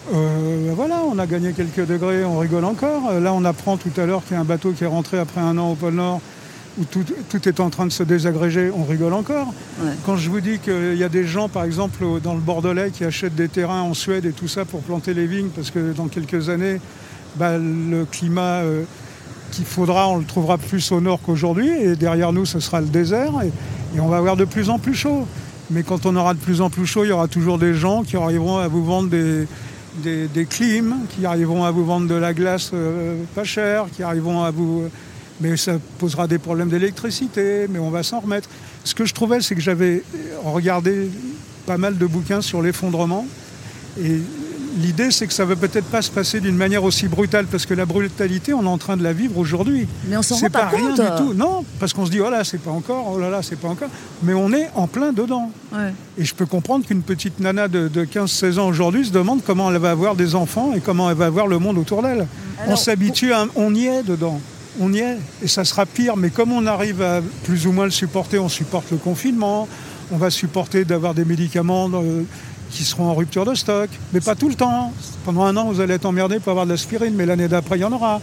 Euh, voilà, on a gagné quelques degrés, on rigole encore. Là, on apprend tout à l'heure qu'il y a un bateau qui est rentré après un an au pôle Nord, où tout, tout est en train de se désagréger, on rigole encore. Ouais. Quand je vous dis qu'il y a des gens, par exemple, dans le Bordelais, qui achètent des terrains en Suède et tout ça pour planter les vignes, parce que dans quelques années, bah, le climat euh, qu'il faudra, on le trouvera plus au nord qu'aujourd'hui, et derrière nous, ce sera le désert, et, et on va avoir de plus en plus chaud. Mais quand on aura de plus en plus chaud, il y aura toujours des gens qui arriveront à vous vendre des, des, des clims, qui arriveront à vous vendre de la glace euh, pas chère, qui arriveront à vous... Mais ça posera des problèmes d'électricité, mais on va s'en remettre. Ce que je trouvais, c'est que j'avais regardé pas mal de bouquins sur l'effondrement. Et l'idée, c'est que ça ne va peut-être pas se passer d'une manière aussi brutale, parce que la brutalité, on est en train de la vivre aujourd'hui. Mais on s'en c'est rend pas, pas rien compte. du tout. Non, parce qu'on se dit, oh là, c'est pas encore, oh là là, c'est pas encore. Mais on est en plein dedans. Ouais. Et je peux comprendre qu'une petite nana de, de quinze seize ans aujourd'hui se demande comment elle va avoir des enfants et comment elle va voir le monde autour d'elle. Alors, on s'habitue, à, on y est dedans. On y est, et ça sera pire, mais comme on arrive à plus ou moins le supporter, on supporte le confinement, on va supporter d'avoir des médicaments euh, qui seront en rupture de stock, mais pas tout le temps. Pendant un an, vous allez être emmerdé pour avoir de l'aspirine, mais l'année d'après, il y en aura.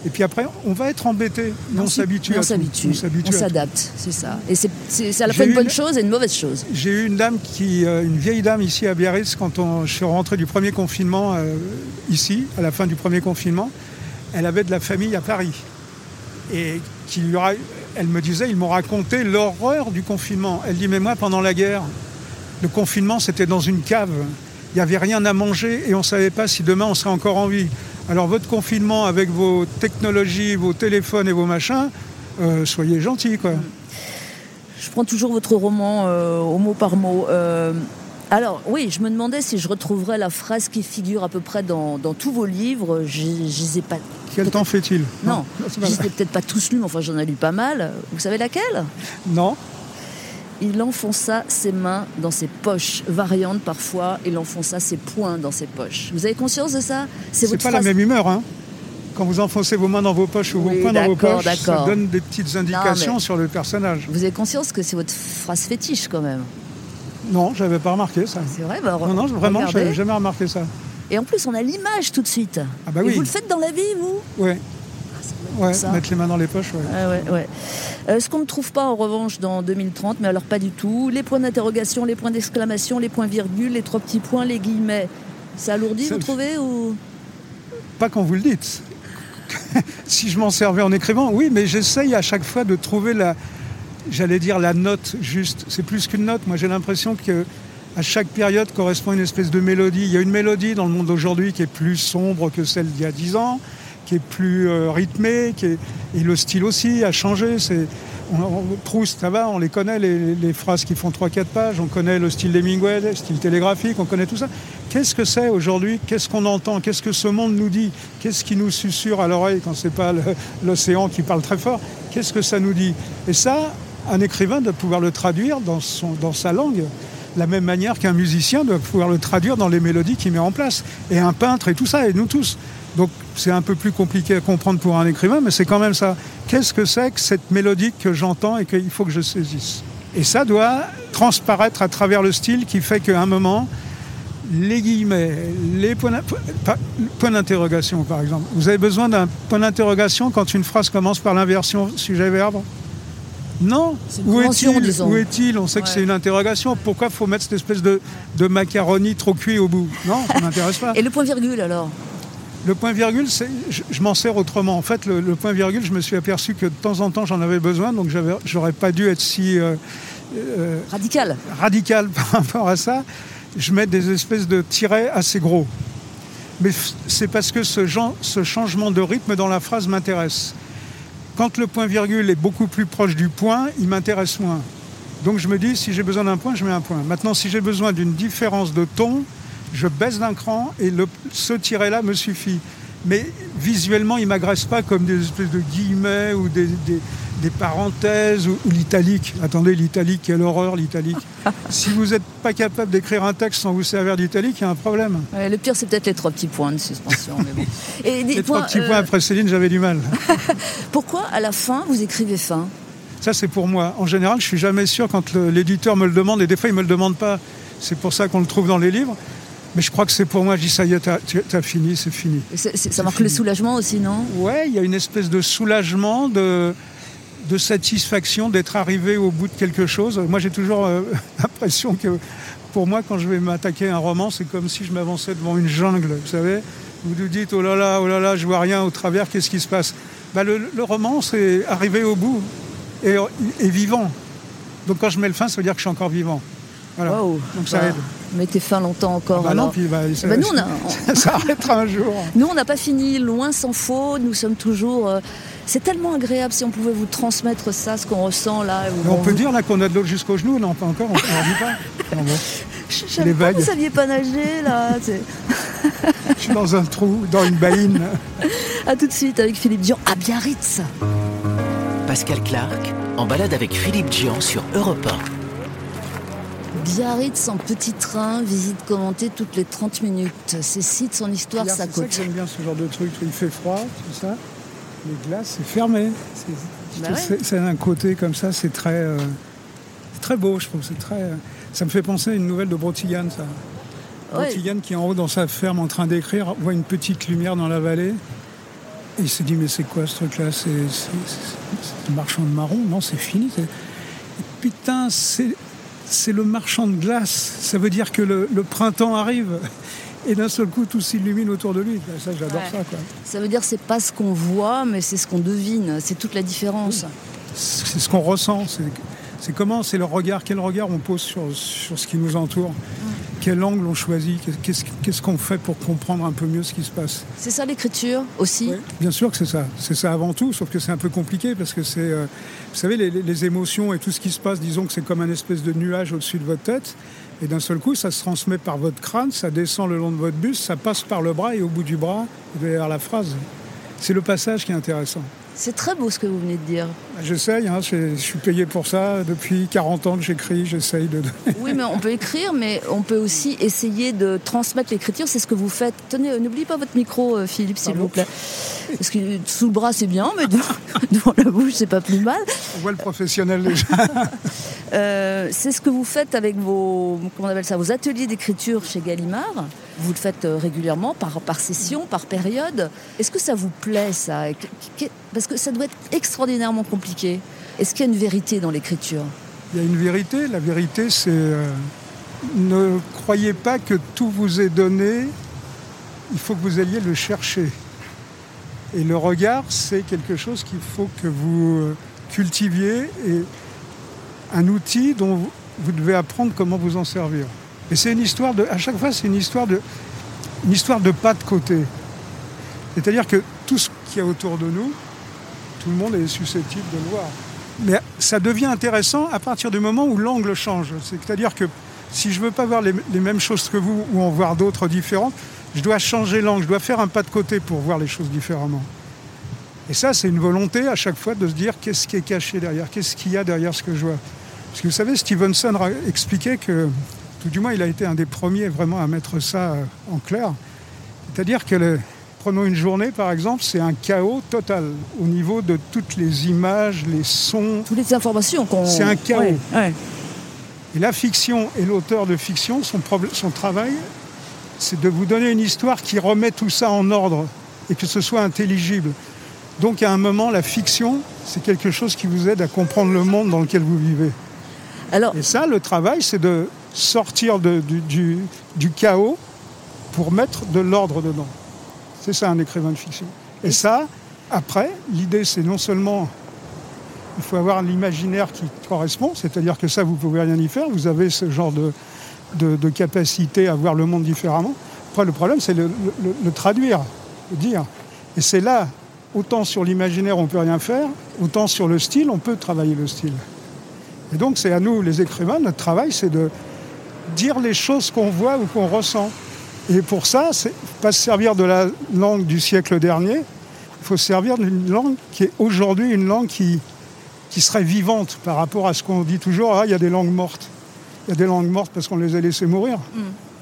Et puis après, on va être embêté. Mais on s'habitue à on tout. s'habitue. On s'habitue. On à s'adapte, c'est ça. Et c'est, c'est, c'est à la J'ai fois une eu bonne une- chose et une mauvaise chose. tout. J'ai eu une dame, qui, euh, une vieille dame ici à Biarritz, quand on, je suis rentré du premier confinement, euh, ici, à la fin du premier confinement. Elle avait de la famille à Paris. Et qui lui aura- elle me disait, ils m'ont raconté l'horreur du confinement. Elle dit, mais moi, pendant la guerre, le confinement, c'était dans une cave. Il n'y avait rien à manger et on ne savait pas si demain on serait encore en vie. Alors votre confinement avec vos technologies, vos téléphones et vos machins, euh, soyez gentils, quoi. Je prends toujours votre roman euh, au mot par mot. Euh, alors, oui, je me demandais si je retrouverais la phrase qui figure à peu près dans, dans tous vos livres. Je ne les ai pas... Quel temps fait-il? Non, c'est je pas les vrai. ai peut-être pas tous lus, mais enfin j'en ai lu pas mal. Vous savez laquelle? Non. Il enfonça ses mains dans ses poches. Variante parfois, il enfonça ses poings dans ses poches. Vous avez conscience de ça? C'est votre pas phrase... la même humeur, hein. Quand vous enfoncez vos mains dans vos poches ou Oui, vos poings dans vos d'accord, poches, ça d'accord. donne des petites indications mais- sur le personnage. Vous avez conscience que c'est votre phrase fétiche quand même? Non, j'avais pas remarqué ça. C'est vrai, bah, Non, non, vraiment, regardez. j'avais jamais remarqué ça. Et en plus, on a l'image tout de suite. Ah bah Et oui. vous le faites dans la vie, vous? Ouais, ouais, ça. mettre les mains dans les poches, ouais. Ouais, ouais, ouais. Euh, ce qu'on ne trouve pas en revanche dans deux mille trente, mais alors pas du tout, les points d'interrogation, les points d'exclamation, les points virgules, les trois petits points, les guillemets. C'est alourdi, Ça- vous trouvez ou... Pas quand vous le dites. Si je m'en servais en écrivant, oui, mais j'essaye à chaque fois de trouver la, j'allais dire la note juste. C'est plus qu'une note. Moi, j'ai l'impression que à chaque période correspond une espèce de mélodie. Il y a une mélodie dans le monde d'aujourd'hui qui est plus sombre que celle d'il y a dix ans, qui est plus euh, rythmée, qui est... et le style aussi a changé. C'est... On, on, Proust, ça va, on les connaît, les, les phrases qui font trois quatre pages, on connaît le style d'Hemingway, le style télégraphique, on connaît tout ça. Qu'est-ce que c'est aujourd'hui? Qu'est-ce qu'on entend? Qu'est-ce que ce monde nous dit? Qu'est-ce qui nous susurre à l'oreille quand c'est pas le, l'océan qui parle très fort? Qu'est-ce que ça nous dit? Et ça, un écrivain doit pouvoir le traduire dans, son, dans sa langue, de la même manière qu'un musicien doit pouvoir le traduire dans les mélodies qu'il met en place. Et un peintre et tout ça, et nous tous. Donc c'est un peu plus compliqué à comprendre pour un écrivain, mais c'est quand même ça. Qu'est-ce que c'est que cette mélodie que j'entends et qu'il faut que je saisisse? Et ça doit transparaître à travers le style qui fait qu'à un moment, les guillemets, les points, pas- points d'interrogation par exemple. Vous avez besoin d'un point d'interrogation quand une phrase commence par l'inversion sujet-verbe? Non. C'est une Où convention, est-il? disons. Où est-il? On sait que Ouais. c'est une interrogation. Pourquoi il faut mettre cette espèce de, de macaroni trop cuit au bout? Non, ça ne m'intéresse pas. Et le point virgule alors? Le point-virgule, c'est, je, je m'en sers autrement. En fait, le, le point-virgule, je me suis aperçu que de temps en temps, j'en avais besoin, donc j'avais, j'aurais pas dû être si euh, euh, Radical. radical par rapport à ça. Je mets des espèces de tirets assez gros. Mais f- c'est parce que ce, genre, ce changement de rythme dans la phrase m'intéresse. Quand le point-virgule est beaucoup plus proche du point, il m'intéresse moins. Donc je me dis, si j'ai besoin d'un point, je mets un point. Maintenant, si j'ai besoin d'une différence de ton, je baisse d'un cran et le, ce tiret-là me suffit. Mais visuellement, il ne m'agresse pas comme des espèces de guillemets ou des, des, des parenthèses ou, ou l'italique. Attendez, l'italique, quelle horreur l'italique. Si vous n'êtes pas capable d'écrire un texte sans vous servir d'italique, il y a un problème. Ouais, le pire, c'est peut-être les trois petits points de suspension. Mais bon. Et Les dites-moi, trois petits euh, points après Céline, j'avais du mal. pourquoi à la fin vous écrivez fin? Ça, c'est pour moi. En général, je ne suis jamais sûr quand le- l'éditeur me le demande, et des fois, il ne me le demande pas. C'est pour ça qu'on le trouve dans les livres. Mais je crois que c'est pour moi. Je dis, ça y est, t'as, t'as fini, c'est fini. C'est- c'est- ça C'est marque fini. le soulagement aussi, non? Ouais, il y a une espèce de soulagement, de, de satisfaction d'être arrivé au bout de quelque chose. Moi, j'ai toujours euh, l'impression que, pour moi, quand je vais m'attaquer à un roman, c'est comme si je m'avançais devant une jungle, vous savez. Vous vous dites, oh là là, oh là là, je vois rien au travers, qu'est-ce qui se passe? Bah, le, le roman, c'est arriver au bout et, et vivant. Donc quand je mets le fin, ça veut dire que je suis encore vivant. Voilà. Wow. Donc ça Bah, aide. Mettez fin longtemps encore. Bah non, alors. puis bah, ça, Bah, nous, on a- ça s'arrêtera un jour. Nous, on n'a pas fini, loin s'en faut. Nous sommes toujours. euh, C'est tellement agréable si on pouvait vous transmettre ça, ce qu'on ressent là. où Mais on peut vous- dire là qu'on a de l'eau jusqu'aux genoux, non pas encore, on ne dit pas. Non, bon. Je je savais les pas que vagues. vous saviez pas nager là. C'est- Je suis dans un trou, dans une baïne. À tout de suite avec Philippe Dian à Biarritz. Pascal Clark, en balade avec Philippe Dian sur Europe un. Biarritz en petit train, visite commentée toutes les trente minutes. Ces sites, son histoire, Regarde, sa c'est ça que côte. j'aime bien ce genre de truc. Il fait froid, tout ça. Les glaces, c'est fermé. C'est, je Bah trouve ouais. c'est, c'est un côté comme ça, c'est très, euh, c'est très beau, je trouve. C'est très, euh, ça me fait penser à une nouvelle de Brotignan, ça. Ouais. Brotignan qui est en haut dans sa ferme en train d'écrire, voit une petite lumière dans la vallée. Et il s'est dit, mais c'est quoi ce truc-là, c'est, c'est, c'est, c'est le marchand de marron? Non, c'est fini. C'est... Putain, c'est, c'est le marchand de glace. Ça veut dire que le, le printemps arrive. Et d'un seul coup, tout s'illumine autour de lui. Ça, j'adore ouais. ça. Quoi. Ça veut dire que c'est pas ce qu'on voit, mais c'est ce qu'on devine. C'est toute la différence. Oui. C'est ce qu'on ressent. C'est, c'est comment, c'est le regard. Quel regard on pose sur, sur ce qui nous entoure. Mmh. Quel angle on choisit. Qu'est-ce, qu'est-ce qu'on fait pour comprendre un peu mieux ce qui se passe. C'est ça l'écriture aussi. Oui, bien sûr que c'est ça. C'est ça avant tout, sauf que c'est un peu compliqué parce que c'est, euh, vous savez, les, les émotions et tout ce qui se passe, disons que c'est comme un espèce de nuage au-dessus de votre tête. Et d'un seul coup, ça se transmet par votre crâne, ça descend le long de votre buste, ça passe par le bras et au bout du bras, vous allez avoir la phrase. C'est le passage qui est intéressant. C'est très beau ce que vous venez de dire. J'essaye, hein, je suis payé pour ça. Depuis quarante ans que j'écris, j'essaye de... Oui, mais on peut écrire, mais on peut aussi essayer de transmettre l'écriture. C'est ce que vous faites. Tenez, n'oubliez pas votre micro, Philippe, s'il Pardon. vous plaît. Parce que sous le bras, c'est bien, mais devant, devant la bouche, c'est pas plus mal. On voit le professionnel déjà. euh, c'est ce que vous faites avec vos, comment on appelle ça, vos ateliers d'écriture chez Gallimard. Vous le faites régulièrement, par, par session, par période. Est-ce que ça vous plaît, ça ? Parce que ça doit être extraordinairement compliqué. Est-ce qu'il y a une vérité dans l'écriture ? Il y a une vérité. La vérité, c'est... Euh, ne croyez pas que tout vous est donné. Il faut que vous alliez le chercher. Et le regard, c'est quelque chose qu'il faut que vous cultiviez. Et un outil dont vous, vous devez apprendre comment vous en servir. Et c'est une histoire de, à chaque fois, c'est une histoire de, une histoire de pas de côté. C'est-à-dire que tout ce qu'il y a autour de nous, tout le monde est susceptible de le voir. Mais ça devient intéressant à partir du moment où l'angle change. C'est-à-dire que si je veux pas voir les, les mêmes choses que vous ou en voir d'autres différentes, je dois changer l'angle, je dois faire un pas de côté pour voir les choses différemment. Et ça, c'est une volonté à chaque fois de se dire qu'est-ce qui est caché derrière, qu'est-ce qu'il y a derrière ce que je vois. Parce que vous savez, Stevenson expliquait que tout du moins, il a été un des premiers vraiment à mettre ça en clair. C'est-à-dire que, le, prenons une journée par exemple, c'est un chaos total au niveau de toutes les images, les sons. Toutes les informations qu'on... C'est un chaos. Ouais, ouais. Et la fiction et l'auteur de fiction, son, problème, son travail, c'est de vous donner une histoire qui remet tout ça en ordre et que ce soit intelligible. Donc à un moment, la fiction, c'est quelque chose qui vous aide à comprendre le monde dans lequel vous vivez. Alors... Et ça, le travail, c'est de sortir de, du, du, du chaos pour mettre de l'ordre dedans. C'est ça un écrivain de fiction. Et ça, après, l'idée c'est non seulement il faut avoir l'imaginaire qui correspond, c'est-à-dire que ça vous ne pouvez rien y faire, vous avez ce genre de, de, de capacité à voir le monde différemment. Après le problème c'est le, le, le traduire, le dire. Et c'est là, autant sur l'imaginaire on ne peut rien faire, autant sur le style on peut travailler le style. Et donc c'est à nous les écrivains, notre travail c'est de dire les choses qu'on voit ou qu'on ressent. Et pour ça, c'est pas se servir de la langue du siècle dernier, il faut se servir d'une langue qui est aujourd'hui une langue qui, qui serait vivante par rapport à ce qu'on dit toujours, ah, il y a des langues mortes. Il y a des langues mortes parce qu'on les a laissées mourir. Mm.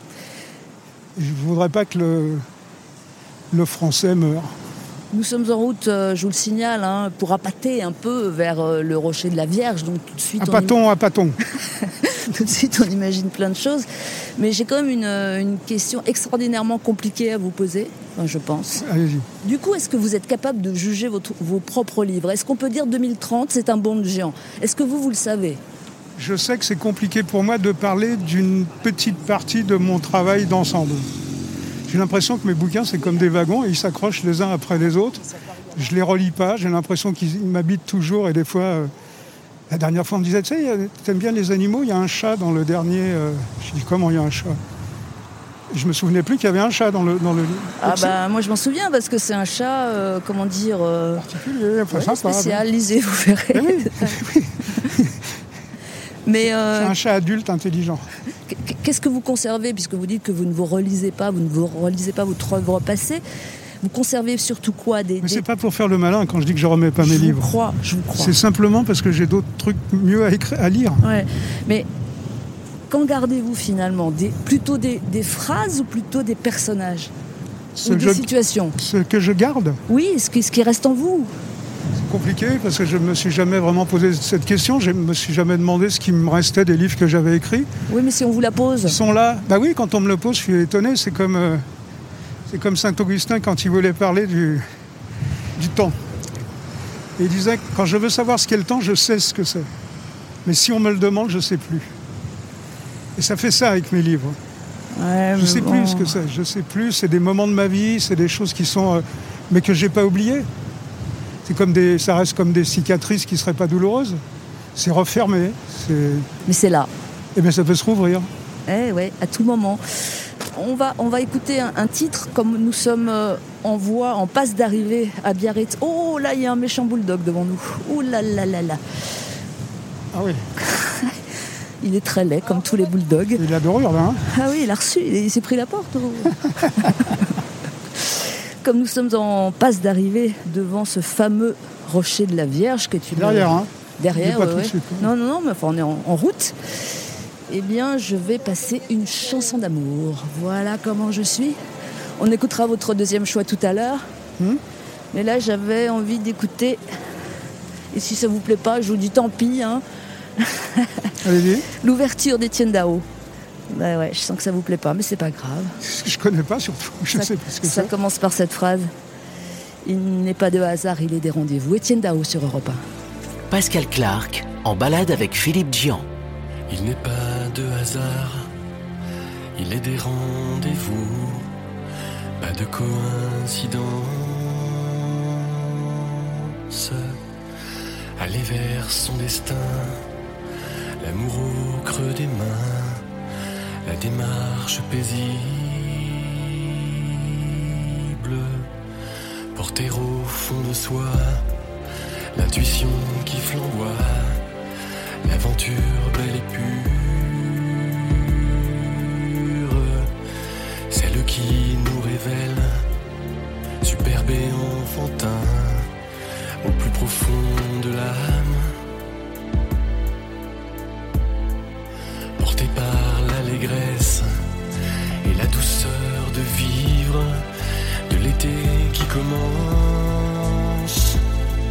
Je ne voudrais pas que le, le français meure. Nous sommes en route, euh, je vous le signale, hein, pour appâter un peu vers euh, le rocher de la Vierge. Donc tout de suite, appâtons, im... appâtons. Tout de suite, on imagine plein de choses. Mais j'ai quand même une, une question extraordinairement compliquée à vous poser, enfin, je pense. Allez-y. Du coup, est-ce que vous êtes capable de juger votre, vos propres livres ? Est-ce qu'on peut dire deux mille trente, c'est un bond de géant ? Est-ce que vous, vous le savez ? Je sais que c'est compliqué pour moi de parler d'une petite partie de mon travail d'ensemble. J'ai l'impression que mes bouquins, c'est comme des wagons et ils s'accrochent les uns après les autres. Je ne les relis pas, j'ai l'impression qu'ils m'habitent toujours et des fois... Euh, la dernière fois, on me disait, tu sais, t'aimes bien les animaux, il y a un chat dans le dernier... Euh... Je dis, comment il y a un chat ? Je me souvenais plus qu'il y avait un chat dans le, dans le livre. Ah bah, moi je m'en souviens parce que c'est un chat, euh, comment dire... Euh... particulier, enfin, ouais, sympa. Spécial, lisez, vous verrez. Oui, oui. Mais euh... c'est un chat adulte intelligent. Qu'est-ce que vous conservez, puisque vous dites que vous ne vous relisez pas, vous ne vous relisez pas votre œuvre passée, vous conservez surtout quoi des, Mais des... c'est pas pour faire le malin quand je dis que je remets pas je mes vous livres. Crois, je vous crois. C'est simplement parce que j'ai d'autres trucs mieux à, écrire, à lire. Ouais. Mais qu'en gardez-vous finalement des, Plutôt des, des phrases ou plutôt des personnages ce ou des je, situations Ce que je garde. Oui, ce qui, ce qui reste en vous. C'est compliqué parce que je ne me suis jamais vraiment posé cette question. Je ne me suis jamais demandé ce qui me restait des livres que j'avais écrits. Oui, mais si on vous la pose. Ils sont là. Bah oui, quand on me le pose, je suis étonné. C'est comme, euh, c'est comme Saint-Augustin quand il voulait parler du, du temps. Et il disait, quand je veux savoir ce qu'est le temps, je sais ce que c'est. Mais si on me le demande, je ne sais plus. Et ça fait ça avec mes livres. Ouais, je ne sais bon. plus ce que c'est. Je ne sais plus. C'est des moments de ma vie, c'est des choses qui sont... Euh, mais que je n'ai pas oubliées. C'est comme des, ça reste comme des cicatrices qui ne seraient pas douloureuses. C'est refermé. C'est... Mais c'est là. Et bien ça peut se rouvrir. Eh ouais, à tout moment. On va, on va écouter un, un titre, comme nous sommes euh, en voie, en passe d'arrivée à Biarritz. Oh là, il y a un méchant bulldog devant nous. Oh là là là là. Ah oui. Il est très laid, comme tous les bulldogs. Il a dorure, là. Hein ah oui, il a reçu, il s'est pris la porte. Oh. Comme nous sommes en passe d'arrivée devant ce fameux rocher de la Vierge que tu derrière, hein. Derrière, pas ouais, tout ouais. de suite, hein. Non, non, non, mais enfin, on est en, en route. Eh bien, je vais passer une chanson d'amour. Voilà comment je suis. On écoutera votre deuxième choix tout à l'heure. Hum Mais là, j'avais envie d'écouter. Et si ça vous plaît pas, je vous dis tant pis. Hein. Allez-y. L'ouverture d'Étienne Dao. Bah ouais, je sens que ça vous plaît pas, mais c'est pas grave. Je connais pas surtout. Je ça, sais pas ce que ça c'est. commence par cette phrase. Il n'est pas de hasard, il est des rendez-vous. Étienne Dao sur Europe un. Pascal Clark en balade avec Philippe Djian. Il n'est pas de hasard, il est des rendez-vous, pas de coïncidence. Aller vers son destin, l'amour au creux des mains, la démarche paisible, porter au fond de soi, l'intuition qui flamboie, l'aventure belle et pure, celle qui nous révèle, superbe et enfantin, au plus profond de l'âme, porté par l'allégresse et la douceur de vivre, de l'été qui commence,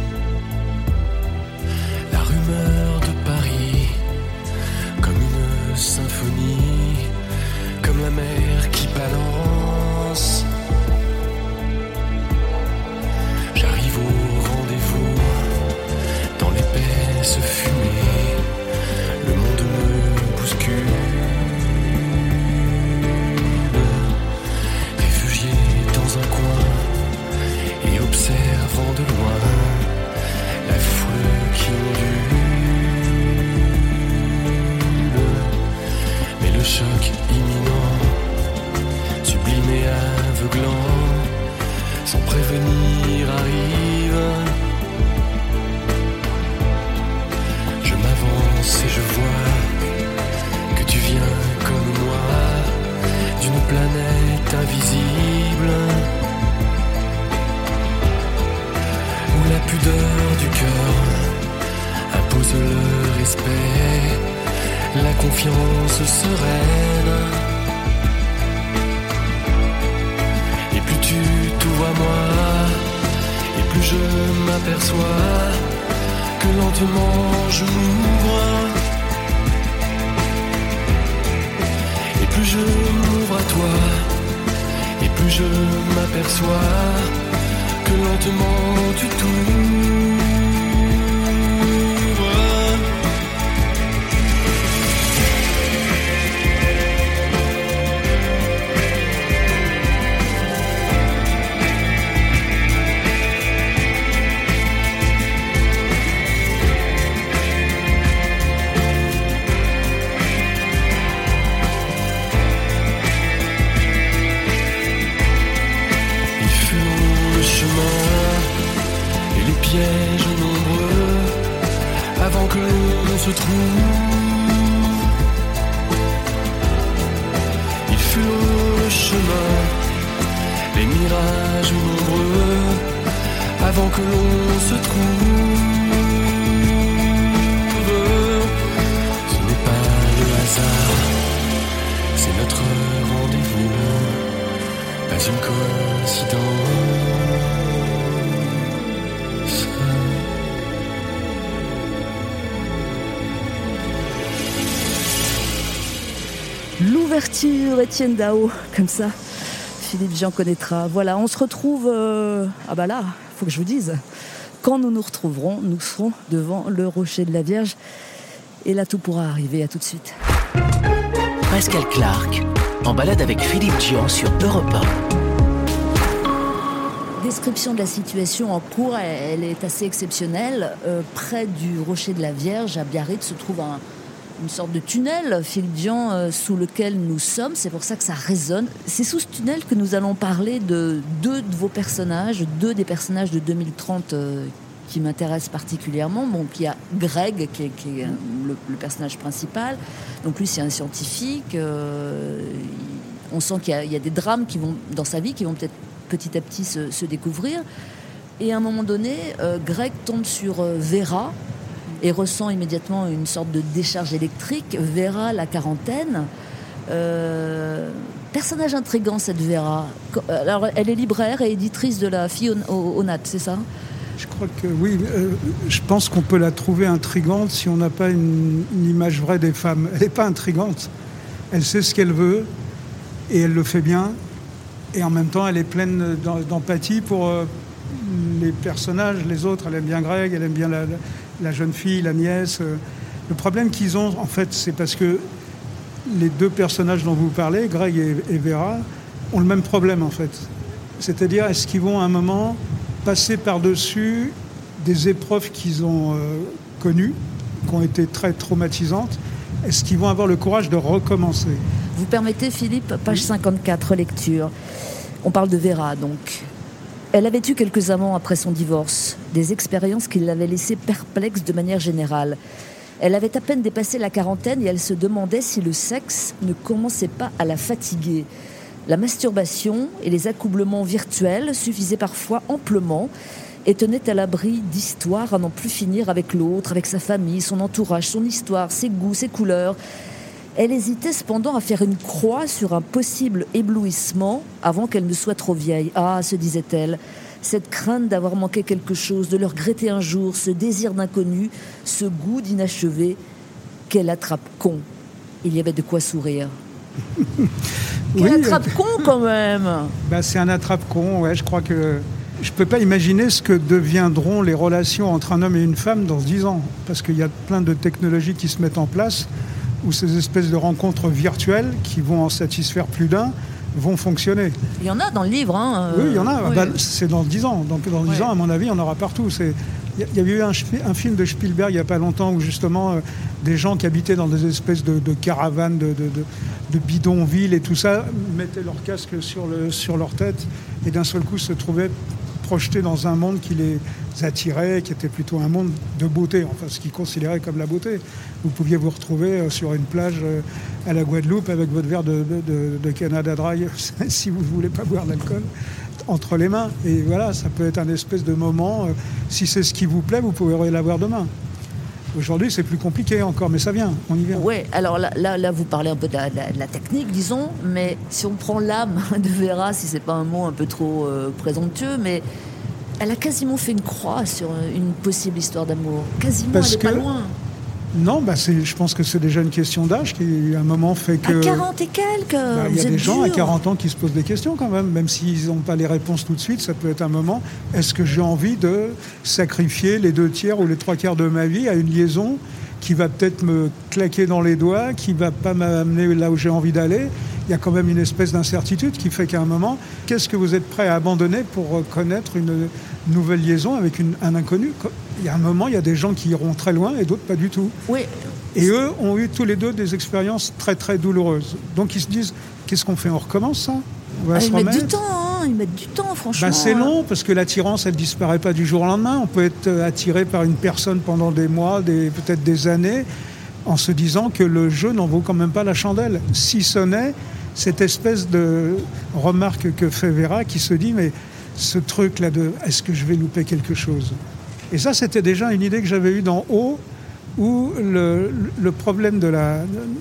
la rumeur de Paris, comme une symphonie, comme la mer qui balance. J'arrive au rendez-vous, dans l'épaisse fumée, le monde me bouscule. Réfugié dans un coin et observant de loin la foule qui ondule. Mais le choc imminent, sublime et aveuglant, sans prévenir arrive. Je m'avance et je vois que tu viens comme moi d'une planète invisible, où la pudeur du cœur impose le respect, la confiance sereine. Et plus tu t'ouvres à moi, et plus je m'aperçois que lentement je m'ouvre. Et plus je m'ouvre à toi, et plus je m'aperçois que lentement tu t'ouvres. Pièges nombreux avant que l'on se trouve. Il fut le chemin, les mirages nombreux avant que l'on se trouve. Ce n'est pas le hasard, c'est notre rendez-vous, pas une coïncidence. L'ouverture, Étienne Dao, comme ça, Philippe Djian connaîtra. Voilà, on se retrouve... Euh... Ah bah là, faut que je vous dise. Quand nous nous retrouverons, nous serons devant le rocher de la Vierge. Et là, tout pourra arriver. À tout de suite. Pascal Clark, en balade avec Philippe Dian sur Europe un. Description de la situation en cours, elle est assez exceptionnelle. Euh, près du rocher de la Vierge, à Biarritz, se trouve un, une sorte de tunnel, Philippe Dian, euh, sous lequel nous sommes. C'est pour ça que ça résonne. C'est sous ce tunnel que nous allons parler de deux de vos personnages, deux des personnages de deux mille trente euh, qui m'intéressent particulièrement. Donc, il y a Greg, qui est, qui est le, le personnage principal. Donc, lui, c'est un scientifique. Euh, on sent qu'il y a, il y a des drames qui vont, dans sa vie qui vont peut-être petit à petit se, se découvrir. Et à un moment donné, euh, Greg tombe sur euh, Vera et ressent immédiatement une sorte de décharge électrique. Vera, la quarantaine. Euh, personnage intriguant, cette Vera. Alors, elle est libraire et éditrice de la fille au, au, au Nat, c'est ça ? Je crois que oui. Euh, je pense qu'on peut la trouver intrigante si on n'a pas une, une image vraie des femmes. Elle n'est pas intrigante. Elle sait ce qu'elle veut et elle le fait bien. Et en même temps, elle est pleine d'empathie pour euh, les personnages, les autres. Elle aime bien Greg, elle aime bien la, la, la jeune fille, la nièce. Le problème qu'ils ont, en fait, c'est parce que les deux personnages dont vous parlez, Greg et, et Vera, ont le même problème, en fait. C'est-à-dire, est-ce qu'ils vont à un moment passer par-dessus des épreuves qu'ils ont euh, connues, qui ont été très traumatisantes? Est-ce qu'ils vont avoir le courage de recommencer? Vous permettez, Philippe, page cinquante-quatre, lecture. On parle de Vera, donc. Elle avait eu quelques amants après son divorce, des expériences qui l'avaient laissée perplexe de manière générale. Elle avait à peine dépassé la quarantaine et elle se demandait si le sexe ne commençait pas à la fatiguer. La masturbation et les accouplements virtuels suffisaient parfois amplement et tenaient à l'abri d'histoires à n'en plus finir avec l'autre, avec sa famille, son entourage, son histoire, ses goûts, ses couleurs. Elle hésitait cependant à faire une croix sur un possible éblouissement avant qu'elle ne soit trop vieille. Ah, se disait-elle, cette crainte d'avoir manqué quelque chose, de le regretter un jour, ce désir d'inconnu, ce goût d'inachevé, quel attrape-con. Il y avait de quoi sourire. Quel oui, attrape-con quand même. Bah, c'est un attrape-con, ouais, je crois que... Je ne peux pas imaginer ce que deviendront les relations entre un homme et une femme dans dix ans. Parce qu'il y a plein de technologies qui se mettent en place où ces espèces de rencontres virtuelles qui vont en satisfaire plus d'un vont fonctionner. Il y en a dans le livre. Hein, euh... Oui, il y en a. Oui. Bah, c'est dans dix ans. Donc dans dix ouais. ans, à mon avis, il y en aura partout. C'est... Il y avait eu un, un film de Spielberg il n'y a pas longtemps où justement euh, des gens qui habitaient dans des espèces de, de caravanes, de, de, de, de bidonvilles et tout ça, mettaient leur casque sur, le, sur leur tête et d'un seul coup se trouvaient projetés dans un monde qui les attirait, qui était plutôt un monde de beauté, enfin ce qu'ils considéraient comme la beauté. Vous pouviez vous retrouver sur une plage à la Guadeloupe avec votre verre de, de, de, de Canada Dry, si vous ne voulez pas boire d'alcool, entre les mains. Et voilà, ça peut être un espèce de moment. Si c'est ce qui vous plaît, vous pouvez l'avoir demain. Aujourd'hui, c'est plus compliqué encore, mais ça vient, on y vient. Oui, alors là, là, là, vous parlez un peu de la, de, la, de la technique, disons, mais si on prend l'âme de Vera, si c'est pas un mot un peu trop euh, présomptueux, mais elle a quasiment fait une croix sur une possible histoire d'amour. Quasiment, Parce elle n'est que... pas loin. Non, bah c'est, je pense que c'est déjà une question d'âge qui, à un moment, fait que... À quarante et quelques, bah, il y a des gens dur. à quarante ans qui se posent des questions quand même, même s'ils n'ont pas les réponses tout de suite, ça peut être un moment. Est-ce que j'ai envie de sacrifier les deux tiers ou les trois quarts de ma vie à une liaison qui va peut-être me claquer dans les doigts, qui ne va pas m'amener là où j'ai envie d'aller? Il y a quand même une espèce d'incertitude qui fait qu'à un moment, qu'est-ce que vous êtes prêt à abandonner pour connaître une nouvelle liaison avec une, un inconnu? Il y a un moment, il y a des gens qui iront très loin et d'autres pas du tout. Oui. Et eux ont eu tous les deux des expériences très très douloureuses. Donc ils se disent, qu'est-ce qu'on fait? On recommence ça? On va ah, se ils remettre. mettent du temps, hein, ils mettent du temps, franchement. Ben, c'est long, parce que l'attirance, elle ne disparaît pas du jour au lendemain. On peut être attiré par une personne pendant des mois, des, peut-être des années, en se disant que le jeu n'en vaut quand même pas la chandelle. Si ce n'est cette espèce de remarque que fait Vera, qui se dit, mais ce truc-là de « est-ce que je vais louper quelque chose ?» Et ça, c'était déjà une idée que j'avais eue dans Haut, où le, le problème de la,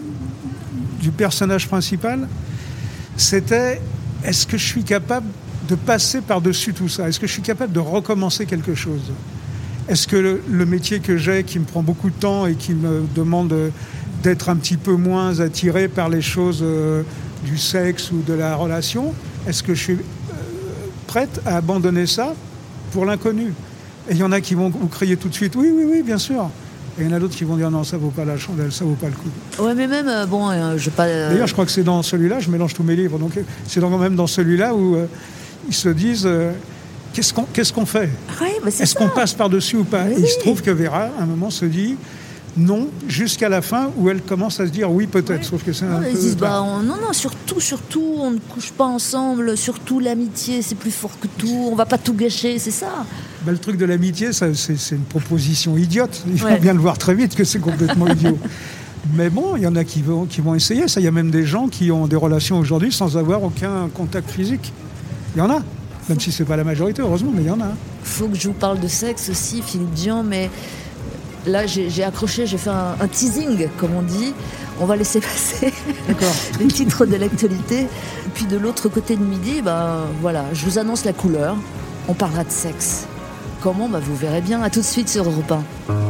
du personnage principal, c'était « est-ce que je suis capable de passer par-dessus tout ça? Est-ce que je suis capable de recommencer quelque chose? Est-ce que le, le métier que j'ai, qui me prend beaucoup de temps et qui me demande d'être un petit peu moins attiré par les choses euh, du sexe ou de la relation, est-ce que je suis euh, prête à abandonner ça pour l'inconnu. Et il y en a qui vont vous crier tout de suite, oui, oui, oui, bien sûr. Et il y en a d'autres qui vont dire, non, ça vaut pas la chandelle, ça vaut pas le coup. Ouais, mais même, euh, bon, euh, je pas... Euh... D'ailleurs, je crois que c'est dans celui-là, je mélange tous mes livres, donc c'est dans, même dans celui-là où euh, ils se disent, euh, qu'est-ce qu'on, qu'est-ce qu'on fait ouais, bah c'est Est-ce ça. qu'on passe par-dessus ou pas? Mais Et oui. il se trouve que Vera, à un moment, se dit... non, jusqu'à la fin où elle commence à se dire oui peut-être, ouais. Sauf que c'est non, un ils peu... disent, bah, on, non, non, surtout, surtout, on ne couche pas ensemble, surtout l'amitié, c'est plus fort que tout, on va pas tout gâcher, c'est ça. Bah, le truc de l'amitié, ça, c'est, c'est une proposition idiote, il faut ouais. bien le voir très vite que c'est complètement idiot. Mais bon, il y en a qui vont, qui vont essayer, ça, il y a même des gens qui ont des relations aujourd'hui sans avoir aucun contact physique. Il y en a, même si c'est pas la majorité, heureusement, mais il y en a. Faut que je vous parle de sexe aussi, Philippe Dian, mais... Là, j'ai, j'ai accroché, j'ai fait un, un teasing, comme on dit. On va laisser passer les titres de l'actualité. Et puis de l'autre côté de midi, ben, voilà, je vous annonce la couleur. On parlera de sexe. Comment ben, vous verrez bien. À tout de suite sur Europe un.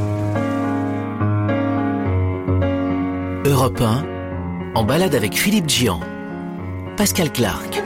Europe un, en balade avec Philippe Dian. Pascal Clark.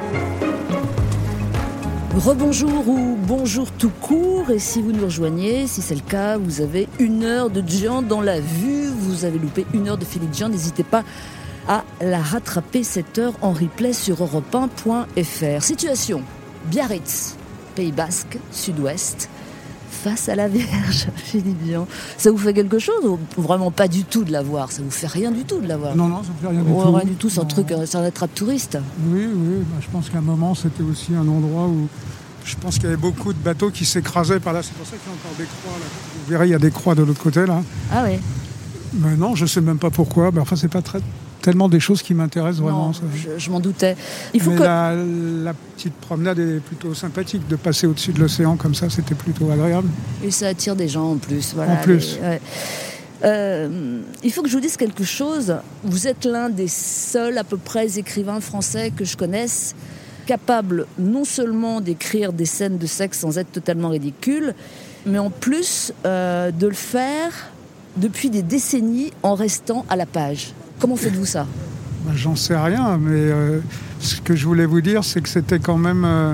Rebonjour ou bonjour tout court, et si vous nous rejoignez, si c'est le cas, vous avez une heure de Dian dans la vue, vous avez loupé une heure de Philippe Dian, n'hésitez pas à la rattraper cette heure en replay sur europe un point f r. Situation, Biarritz, Pays Basque, Sud-Ouest, face à la Vierge, Philippe Dian. Ça vous fait quelque chose ou vraiment pas du tout de la voir? Ça vous fait rien du tout de la voir? Non, non, ça me fait rien du oh, tout. Rien du tout, c'est non. un truc, c'est un attrape touriste. Oui, oui, bah, je pense qu'à un moment, c'était aussi un endroit où je pense qu'il y avait beaucoup de bateaux qui s'écrasaient par là. C'est pour ça qu'il y a encore des croix là. Vous verrez, il y a des croix de l'autre côté là. Ah oui. Mais non, je sais même pas pourquoi. Bah, enfin, c'est pas très... tellement des choses qui m'intéressent vraiment. Non, Ça. Je, je m'en doutais. Il faut Mais que... la, la petite promenade est plutôt sympathique. De passer au-dessus de l'océan comme ça, c'était plutôt agréable. Et ça attire des gens en plus. Voilà, en plus. Les, ouais. euh, il faut que je vous dise quelque chose. Vous êtes l'un des seuls à peu près écrivains français que je connaisse capable non seulement d'écrire des scènes de sexe sans être totalement ridicule, mais en plus euh, de le faire depuis des décennies en restant à la page. Comment faites-vous ça ? Ben, j'en sais rien, mais euh, ce que je voulais vous dire, c'est que c'était quand même... Euh...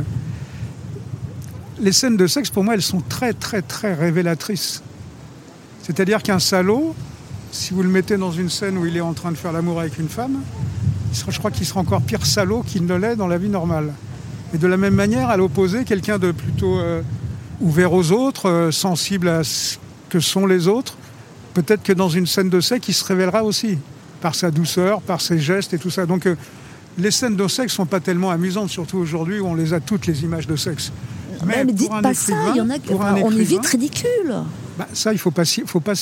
Les scènes de sexe, pour moi, elles sont très, très, très révélatrices. C'est-à-dire qu'un salaud, si vous le mettez dans une scène où il est en train de faire l'amour avec une femme, je crois qu'il sera encore pire salaud qu'il ne l'est dans la vie normale. Et de la même manière, à l'opposé, quelqu'un de plutôt euh, ouvert aux autres, euh, sensible à ce que sont les autres, peut-être que dans une scène de sexe, il se révélera aussi, par sa douceur, par ses gestes et tout ça. Donc euh, les scènes de sexe ne sont pas tellement amusantes, surtout aujourd'hui où on les a toutes, les images de sexe. Mais, mais, mais dites pas ça, il y en a qui... Enfin, on est vite ridicule. Bah, ça, il faut pas... Faut pas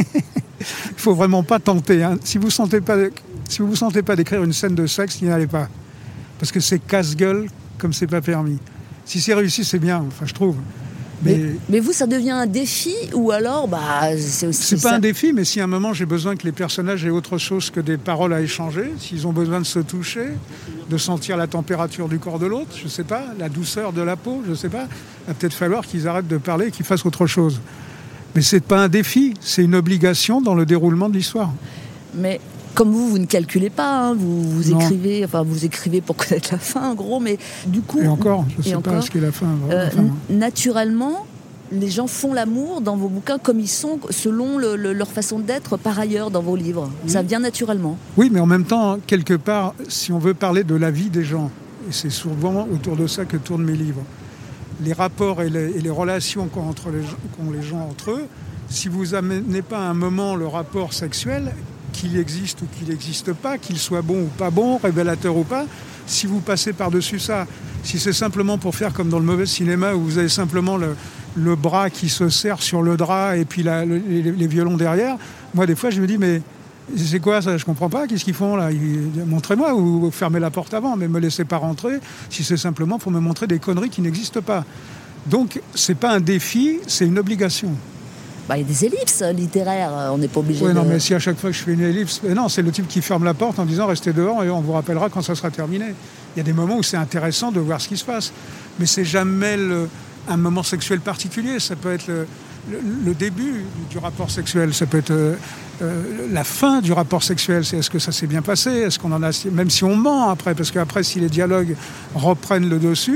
il faut vraiment pas tenter. Hein. Si vous sentez pas... Si vous ne vous sentez pas d'écrire une scène de sexe, n'y allez pas. Parce que c'est casse-gueule comme c'est pas permis. Si c'est réussi, c'est bien, enfin je trouve. Mais, mais, mais vous, ça devient un défi ou alors bah, c'est aussi... C'est pas ça... un défi, mais si à un moment j'ai besoin que les personnages aient autre chose que des paroles à échanger, s'ils ont besoin de se toucher, de sentir la température du corps de l'autre, je sais pas, la douceur de la peau, je sais pas, il va peut-être falloir qu'ils arrêtent de parler et qu'ils fassent autre chose. Mais c'est pas un défi, c'est une obligation dans le déroulement de l'histoire. Mais... Comme vous, vous ne calculez pas, hein, vous, vous écrivez, enfin vous écrivez pour connaître la fin, en gros, mais du coup... Et encore, je ne sais encore, pas ce qu'est la fin. Euh, enfin, naturellement, les gens font l'amour dans vos bouquins comme ils sont, selon le, le, leur façon d'être par ailleurs dans vos livres. Oui. Ça vient naturellement. Oui, mais en même temps, quelque part, si on veut parler de la vie des gens, et c'est souvent autour de ça que tournent mes livres, les rapports et les, et les relations qu'ont, entre les, qu'ont les gens entre eux, si vous amenez pas à un moment le rapport sexuel... qu'il existe ou qu'il n'existe pas, qu'il soit bon ou pas bon, révélateur ou pas, si vous passez par-dessus ça, si c'est simplement pour faire comme dans le mauvais cinéma où vous avez simplement le, le bras qui se serre sur le drap et puis la, le, les, les violons derrière, moi des fois je me dis mais c'est quoi ça, je comprends pas, qu'est-ce qu'ils font là, Ils, montrez-moi ou fermez la porte avant, mais me laissez pas rentrer si c'est simplement pour me montrer des conneries qui n'existent pas. Donc c'est pas un défi, c'est une obligation. Bah, il y a des ellipses littéraires, on n'est pas obligé ouais, de... non, mais si à chaque fois que je fais une ellipse... Non, c'est le type qui ferme la porte en disant « restez dehors et on vous rappellera quand ça sera terminé ». Il y a des moments où c'est intéressant de voir ce qui se passe. Mais c'est jamais le, un moment sexuel particulier. Ça peut être le, le, le début du rapport sexuel. Ça peut être euh, euh, la fin du rapport sexuel. C'est, est-ce que ça s'est bien passé ? Est-ce qu'on en a... Même si on ment après, parce qu'après, si les dialogues reprennent le dessus...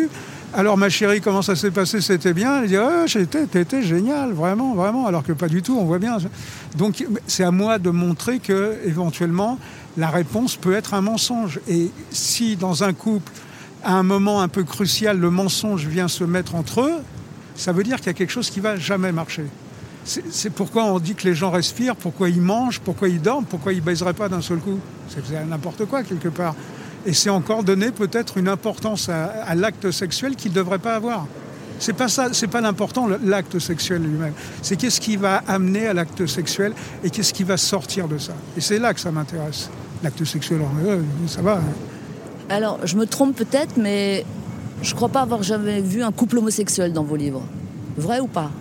Alors ma chérie, comment ça s'est passé? C'était bien. Elle dit oh, j'étais, t'étais génial, vraiment, vraiment. Alors que pas du tout, on voit bien. Donc c'est à moi de montrer que éventuellement la réponse peut être un mensonge. Et si dans un couple, à un moment un peu crucial, le mensonge vient se mettre entre eux, ça veut dire qu'il y a quelque chose qui va jamais marcher. C'est, c'est pourquoi on dit que les gens respirent, pourquoi ils mangent, pourquoi ils dorment, pourquoi ils baiseraient pas d'un seul coup. C'est, c'est n'importe quoi quelque part. Et c'est encore donner peut-être une importance à, à l'acte sexuel qu'il ne devrait pas avoir. C'est pas ça, c'est pas l'important, l'acte sexuel lui-même. C'est qu'est-ce qui va amener à l'acte sexuel et qu'est-ce qui va sortir de ça. Et c'est là que ça m'intéresse. L'acte sexuel, euh, ça va. Hein. Alors, je me trompe peut-être, mais je ne crois pas avoir jamais vu un couple homosexuel dans vos livres. Vrai ou pas?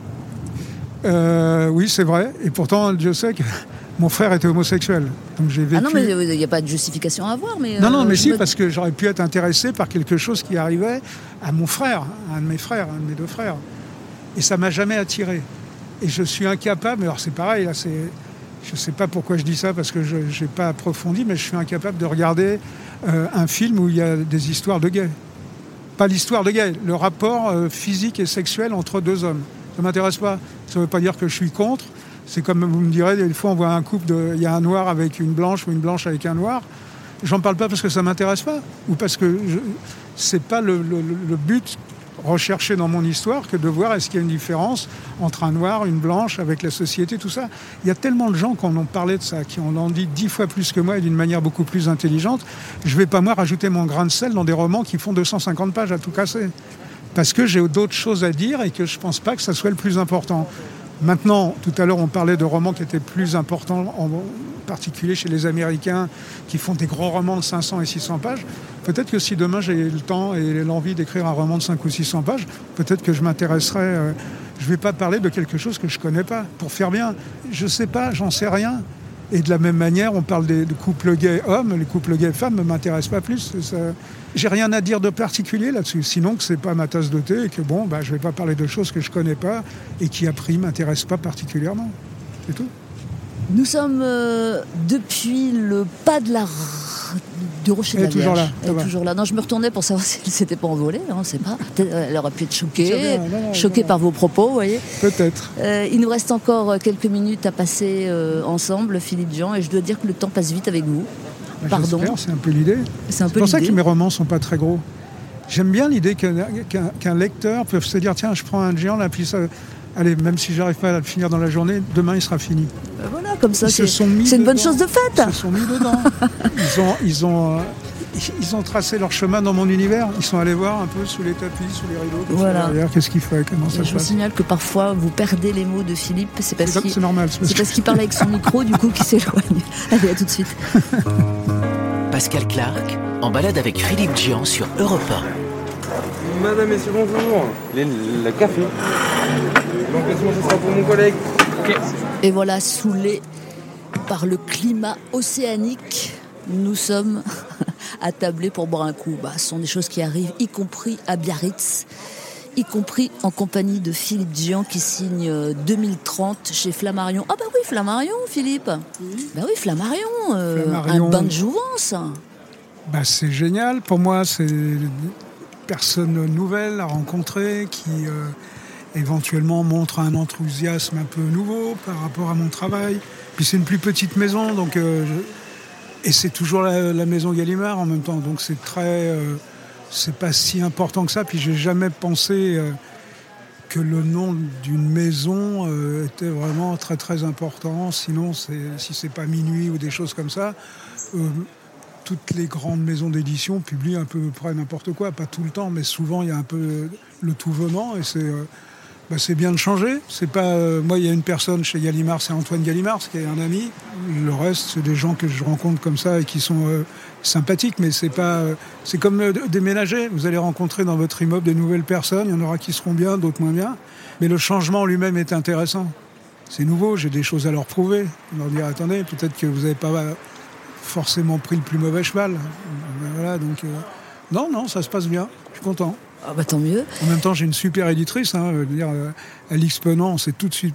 euh, Oui, c'est vrai. Et pourtant, Dieu sait que mon frère était homosexuel. Donc j'ai vécu... Ah non, mais il n'y a pas de justification à avoir. Mais non, non, euh, mais si, me... parce que j'aurais pu être intéressé par quelque chose qui arrivait à mon frère, un de mes frères, un de mes deux frères. Et ça ne m'a jamais attiré. Et je suis incapable, alors c'est pareil, là, c'est... je ne sais pas pourquoi je dis ça, parce que je n'ai pas approfondi, mais je suis incapable de regarder euh, un film où il y a des histoires de gays. Pas l'histoire de gays, le rapport euh, physique et sexuel entre deux hommes. Ça ne m'intéresse pas. Ça ne veut pas dire que je suis contre. C'est comme vous me direz, des fois on voit un couple, de, il y a un noir avec une blanche ou une blanche avec un noir. J'en parle pas parce que ça m'intéresse pas, ou parce que je, c'est pas le, le, le but recherché dans mon histoire que de voir est-ce qu'il y a une différence entre un noir, une blanche, avec la société, tout ça. Il y a tellement de gens qui en ont parlé de ça, qui en ont dit dix fois plus que moi et d'une manière beaucoup plus intelligente. Je vais pas moi rajouter mon grain de sel dans des romans qui font deux cent cinquante pages à tout casser. Parce que j'ai d'autres choses à dire et que je pense pas que ça soit le plus important. Maintenant, tout à l'heure, on parlait de romans qui étaient plus importants, en particulier chez les Américains, qui font des gros romans de cinq cents et six cents pages. Peut-être que si demain j'ai le temps et l'envie d'écrire un roman de cinq ou six cents pages, peut-être que je m'intéresserai... Euh, je ne vais pas parler de quelque chose que je ne connais pas, pour faire bien. Je ne sais pas, j'en sais rien. Et de la même manière, on parle des, de couples gays-hommes, les couples gays-femmes ne m'intéressent pas plus. Ça, j'ai rien à dire de particulier là-dessus, sinon que ce n'est pas ma tasse de thé et que bon, bah, je ne vais pas parler de choses que je ne connais pas et qui, a priori, ne m'intéressent pas particulièrement. C'est tout. Nous sommes euh, depuis le pas de la... du rocher de la toujours Vierge. Là, Elle est toujours là. Non, je me retournais pour savoir si elle ne s'était pas envolée. Hein, on ne sait pas. Peut-être, elle aurait pu être choquée, non, non, choquée non. par vos propos, vous voyez. Peut-être. Euh, il nous reste encore quelques minutes à passer euh, ensemble, Philippe Dian, et je dois dire que le temps passe vite avec vous. Bah, Pardon. C'est un peu l'idée. C'est, un peu c'est pour l'idée. ça que mes romans ne sont pas très gros. J'aime bien l'idée qu'un, qu'un, qu'un lecteur peut se dire tiens, je prends un géant, là, puis ça... Allez, même si j'arrive pas à le finir dans la journée, demain il sera fini. Ben voilà, comme ça, ils c'est, se sont mis c'est une dedans. bonne chose de faite. Ils se sont mis dedans. Ils ont, ils ont, euh, ils ont tracé leur chemin dans mon univers. Ils sont allés voir un peu sous les tapis, sous les rideaux, voilà. derrière, qu'est-ce qu'il fait, comment ça Et se je vous passe. signale que parfois vous perdez les mots de Philippe. C'est parce, c'est, qu'il, c'est normal. C'est parce, c'est parce qu'il parle avec son micro, du coup, qu'il s'éloigne. Allez, à tout de suite. Pascal Clark, en balade avec Philippe Dian sur Europe un. Madame, messieurs, bonjour. Le, le café. L'emplacement, ce sera pour mon collègue. Okay. Et voilà, saoulés par le climat océanique, nous sommes attablés pour boire un coup. Bah, ce sont des choses qui arrivent, y compris à Biarritz, y compris en compagnie de Philippe Dian qui signe deux mille trente chez Flammarion. Ah bah oui, Flammarion, Philippe. Oui. Bah oui, Flammarion, euh, Flammarion. Un bain de jouvence. Bah, c'est génial. Pour moi, c'est une personne nouvelle à rencontrer qui... Euh, éventuellement montre un enthousiasme un peu nouveau par rapport à mon travail. Puis c'est une plus petite maison, donc euh, je... et c'est toujours la, la maison Gallimard en même temps, donc c'est très, euh, c'est pas si important que ça. Puis j'ai jamais pensé euh, que le nom d'une maison euh, était vraiment très très important. Sinon, c'est, si c'est pas Minuit ou des choses comme ça. Euh, Toutes les grandes maisons d'édition publient un peu près n'importe quoi, pas tout le temps, mais souvent il y a un peu le tout venant et c'est, euh, bah, c'est bien de changer. C'est pas, euh, moi, il y a une personne chez Gallimard, c'est Antoine Gallimard, qui est un ami. Le reste, c'est des gens que je rencontre comme ça et qui sont euh, sympathiques, mais c'est pas, euh, c'est comme euh, déménager. Vous allez rencontrer dans votre immeuble des nouvelles personnes. Il y en aura qui seront bien, d'autres moins bien. Mais le changement lui-même est intéressant. C'est nouveau. J'ai des choses à leur prouver. On leur dire attendez, peut-être que vous n'avez pas forcément pris le plus mauvais cheval. Voilà, donc euh, non, non, ça se passe bien. Je suis content. Ah bah tant mieux. En même temps, j'ai une super éditrice. Hein, je veux dire, euh, Alix Penant, on s'est tout de suite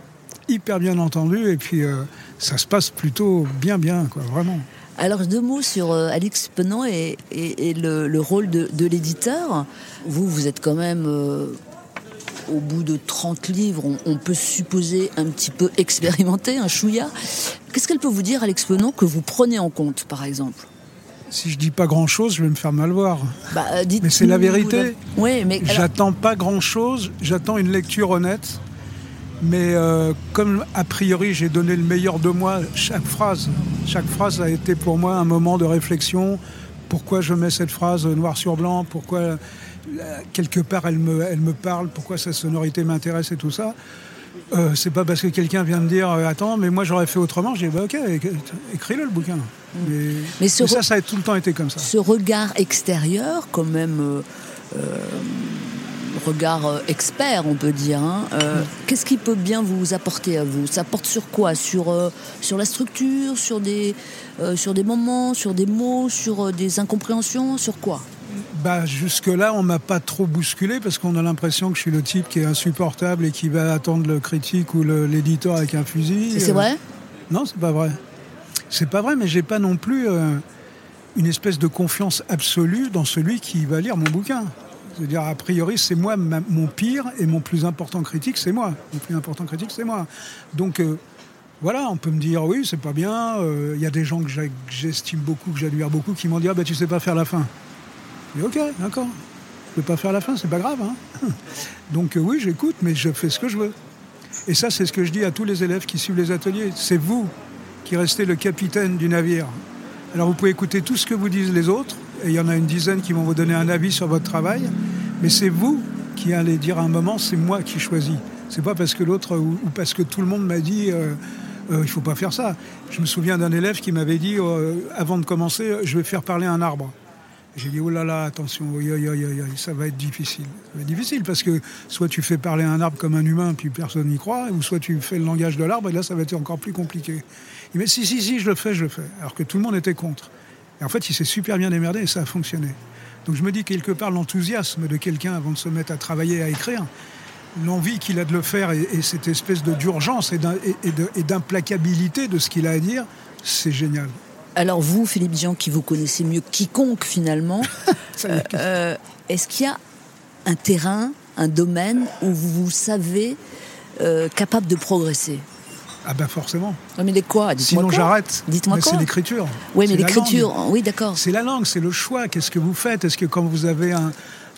hyper bien entendu et puis euh, ça se passe plutôt bien, bien, quoi, vraiment. Alors, deux mots sur euh, Alix Penant et, et, et le, le rôle de, de l'éditeur. Vous, vous êtes quand même, euh, au bout de trente livres, on, on peut supposer un petit peu expérimenté, un chouïa. Qu'est-ce qu'elle peut vous dire, Alix Penant, que vous prenez en compte, par exemple ? Si je dis pas grand-chose, je vais me faire mal voir. Bah, euh, mais c'est la vérité. La... Oui, mais... J'attends alors... pas grand-chose, j'attends une lecture honnête. Mais euh, comme a priori j'ai donné le meilleur de moi, chaque phrase, chaque phrase a été pour moi un moment de réflexion. Pourquoi je mets cette phrase noir sur blanc ? Pourquoi euh, quelque part elle me, elle me parle ? Pourquoi sa sonorité m'intéresse et tout ça ? Euh, c'est pas parce que quelqu'un vient me dire euh, attends, mais moi j'aurais fait autrement. J'ai dit bah ok, écris-le le bouquin. Mais, mais, ce mais ça, re... ça a tout le temps été comme ça. Ce regard extérieur, quand même. Euh, euh... regard expert, on peut dire. Hein. Euh, mmh. Qu'est-ce qui peut bien vous apporter à vous ? Ça porte sur quoi ? Sur, euh, sur la structure, sur des, euh, sur des moments, sur des mots, sur euh, des incompréhensions, sur quoi ? Bah, jusque-là, on ne m'a pas trop bousculé parce qu'on a l'impression que je suis le type qui est insupportable et qui va attendre le critique ou le, l'éditeur avec un fusil. Et c'est vrai ? Non, c'est pas vrai. C'est pas vrai, mais j'ai pas non plus euh, une espèce de confiance absolue dans celui qui va lire mon bouquin. C'est-à-dire, a priori, c'est moi, ma, mon pire et mon plus important critique, c'est moi. Mon plus important critique, c'est moi. Donc, euh, voilà, on peut me dire, oui, c'est pas bien. Il euh, y a des gens que j'estime beaucoup, que j'admire beaucoup, qui m'ont dit, ah ben, tu sais pas faire la fin. Et ok, d'accord. Je peux pas faire la fin, c'est pas grave. Hein. Donc, euh, oui, j'écoute, mais je fais ce que je veux. Et ça, c'est ce que je dis à tous les élèves qui suivent les ateliers. C'est vous qui restez le capitaine du navire. Alors, vous pouvez écouter tout ce que vous disent les autres, et il y en a une dizaine qui vont vous donner un avis sur votre travail, mais c'est vous qui allez dire à un moment, c'est moi qui choisis. C'est pas parce que l'autre, ou, ou parce que tout le monde m'a dit, euh, euh, il faut pas faire ça. Je me souviens d'un élève qui m'avait dit, euh, avant de commencer, je vais faire parler un arbre. J'ai dit, oh là là, attention, oui, oui, oui, oui, ça va être difficile. Ça va être difficile parce que soit tu fais parler un arbre comme un humain, puis personne n'y croit, ou soit tu fais le langage de l'arbre, et là, ça va être encore plus compliqué. Il m'a dit, si, si, si, je le fais, je le fais. Alors que tout le monde était contre. Et en fait, il s'est super bien démerdé et ça a fonctionné. Donc je me dis quelque part l'enthousiasme de quelqu'un avant de se mettre à travailler, à écrire, l'envie qu'il a de le faire et, et cette espèce de, d'urgence et, d'un, et, et, de, et d'implacabilité de ce qu'il a à dire, c'est génial. Alors vous, Philippe Dian, qui vous connaissez mieux que quiconque finalement, euh, euh, est-ce qu'il y a un terrain, un domaine où vous vous savez euh, capable de progresser ? Ah ben forcément. Non mais les quoi ? Dites-moi Sinon quoi j'arrête. Dites-moi mais quoi ? C'est l'écriture. Oui, mais c'est l'écriture, oui d'accord. C'est la langue, c'est le choix. Qu'est-ce que vous faites ? Est-ce que quand vous avez un,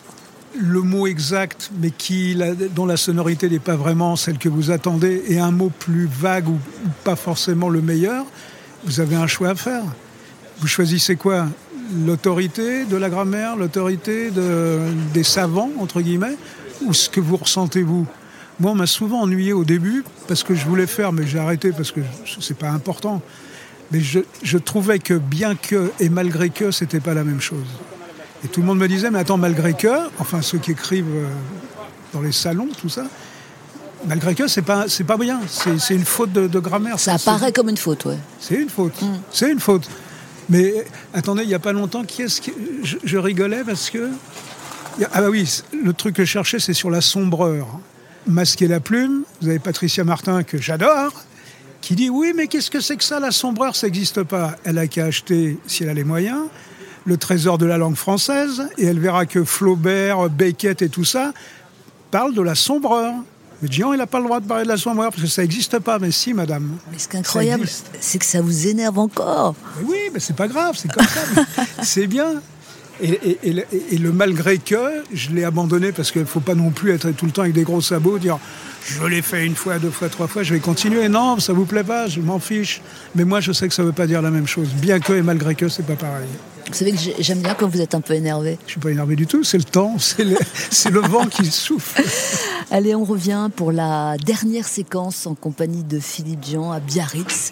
le mot exact, mais qui, la, dont la sonorité n'est pas vraiment celle que vous attendez, et un mot plus vague ou, ou pas forcément le meilleur, vous avez un choix à faire. Vous choisissez quoi ? L'autorité de la grammaire, l'autorité de, des savants, entre guillemets, ou ce que vous ressentez vous ? Moi, on m'a souvent ennuyé au début, parce que je voulais faire, mais j'ai arrêté parce que c'est pas important. Mais je, je trouvais que bien que et malgré que, c'était pas la même chose. Et tout le monde me disait, mais attends, malgré que, enfin ceux qui écrivent dans les salons, tout ça, malgré que, c'est pas, c'est pas bien, c'est, c'est une faute de, de grammaire. Ça apparaît comme une faute, ouais. C'est une faute, mmh. c'est une faute. Mais attendez, il y a pas longtemps, qui est-ce que je, je rigolais parce que ah bah oui, le truc que je cherchais, c'est sur la sombreur. Masquer la plume, vous avez Patricia Martin, que j'adore, qui dit « Oui, mais qu'est-ce que c'est que ça, la sombreur, ça n'existe pas. » Elle a qu'à acheter, si elle a les moyens, le trésor de la langue française, et elle verra que Flaubert, Beckett et tout ça parlent de la sombreur. Mais Dian, il n'a pas le droit de parler de la sombreur, parce que ça n'existe pas. Mais si, madame. Mais ce qui est incroyable, c'est que ça vous énerve encore. Mais oui, mais c'est pas grave, c'est comme ça. C'est bien. Et, et, et, et le malgré que, je l'ai abandonné parce qu'il ne faut pas non plus être tout le temps avec des gros sabots, dire je l'ai fait une fois, deux fois, trois fois, je vais continuer. Non, ça ne vous plaît pas, je m'en fiche. Mais moi, je sais que ça ne veut pas dire la même chose. Bien que et malgré que, c'est pas pareil. Vous savez que j'aime bien quand vous êtes un peu énervé. Je ne suis pas énervé du tout, c'est le temps, c'est le, c'est le vent qui souffle. Allez, on revient pour la dernière séquence en compagnie de Philippe Dian à Biarritz.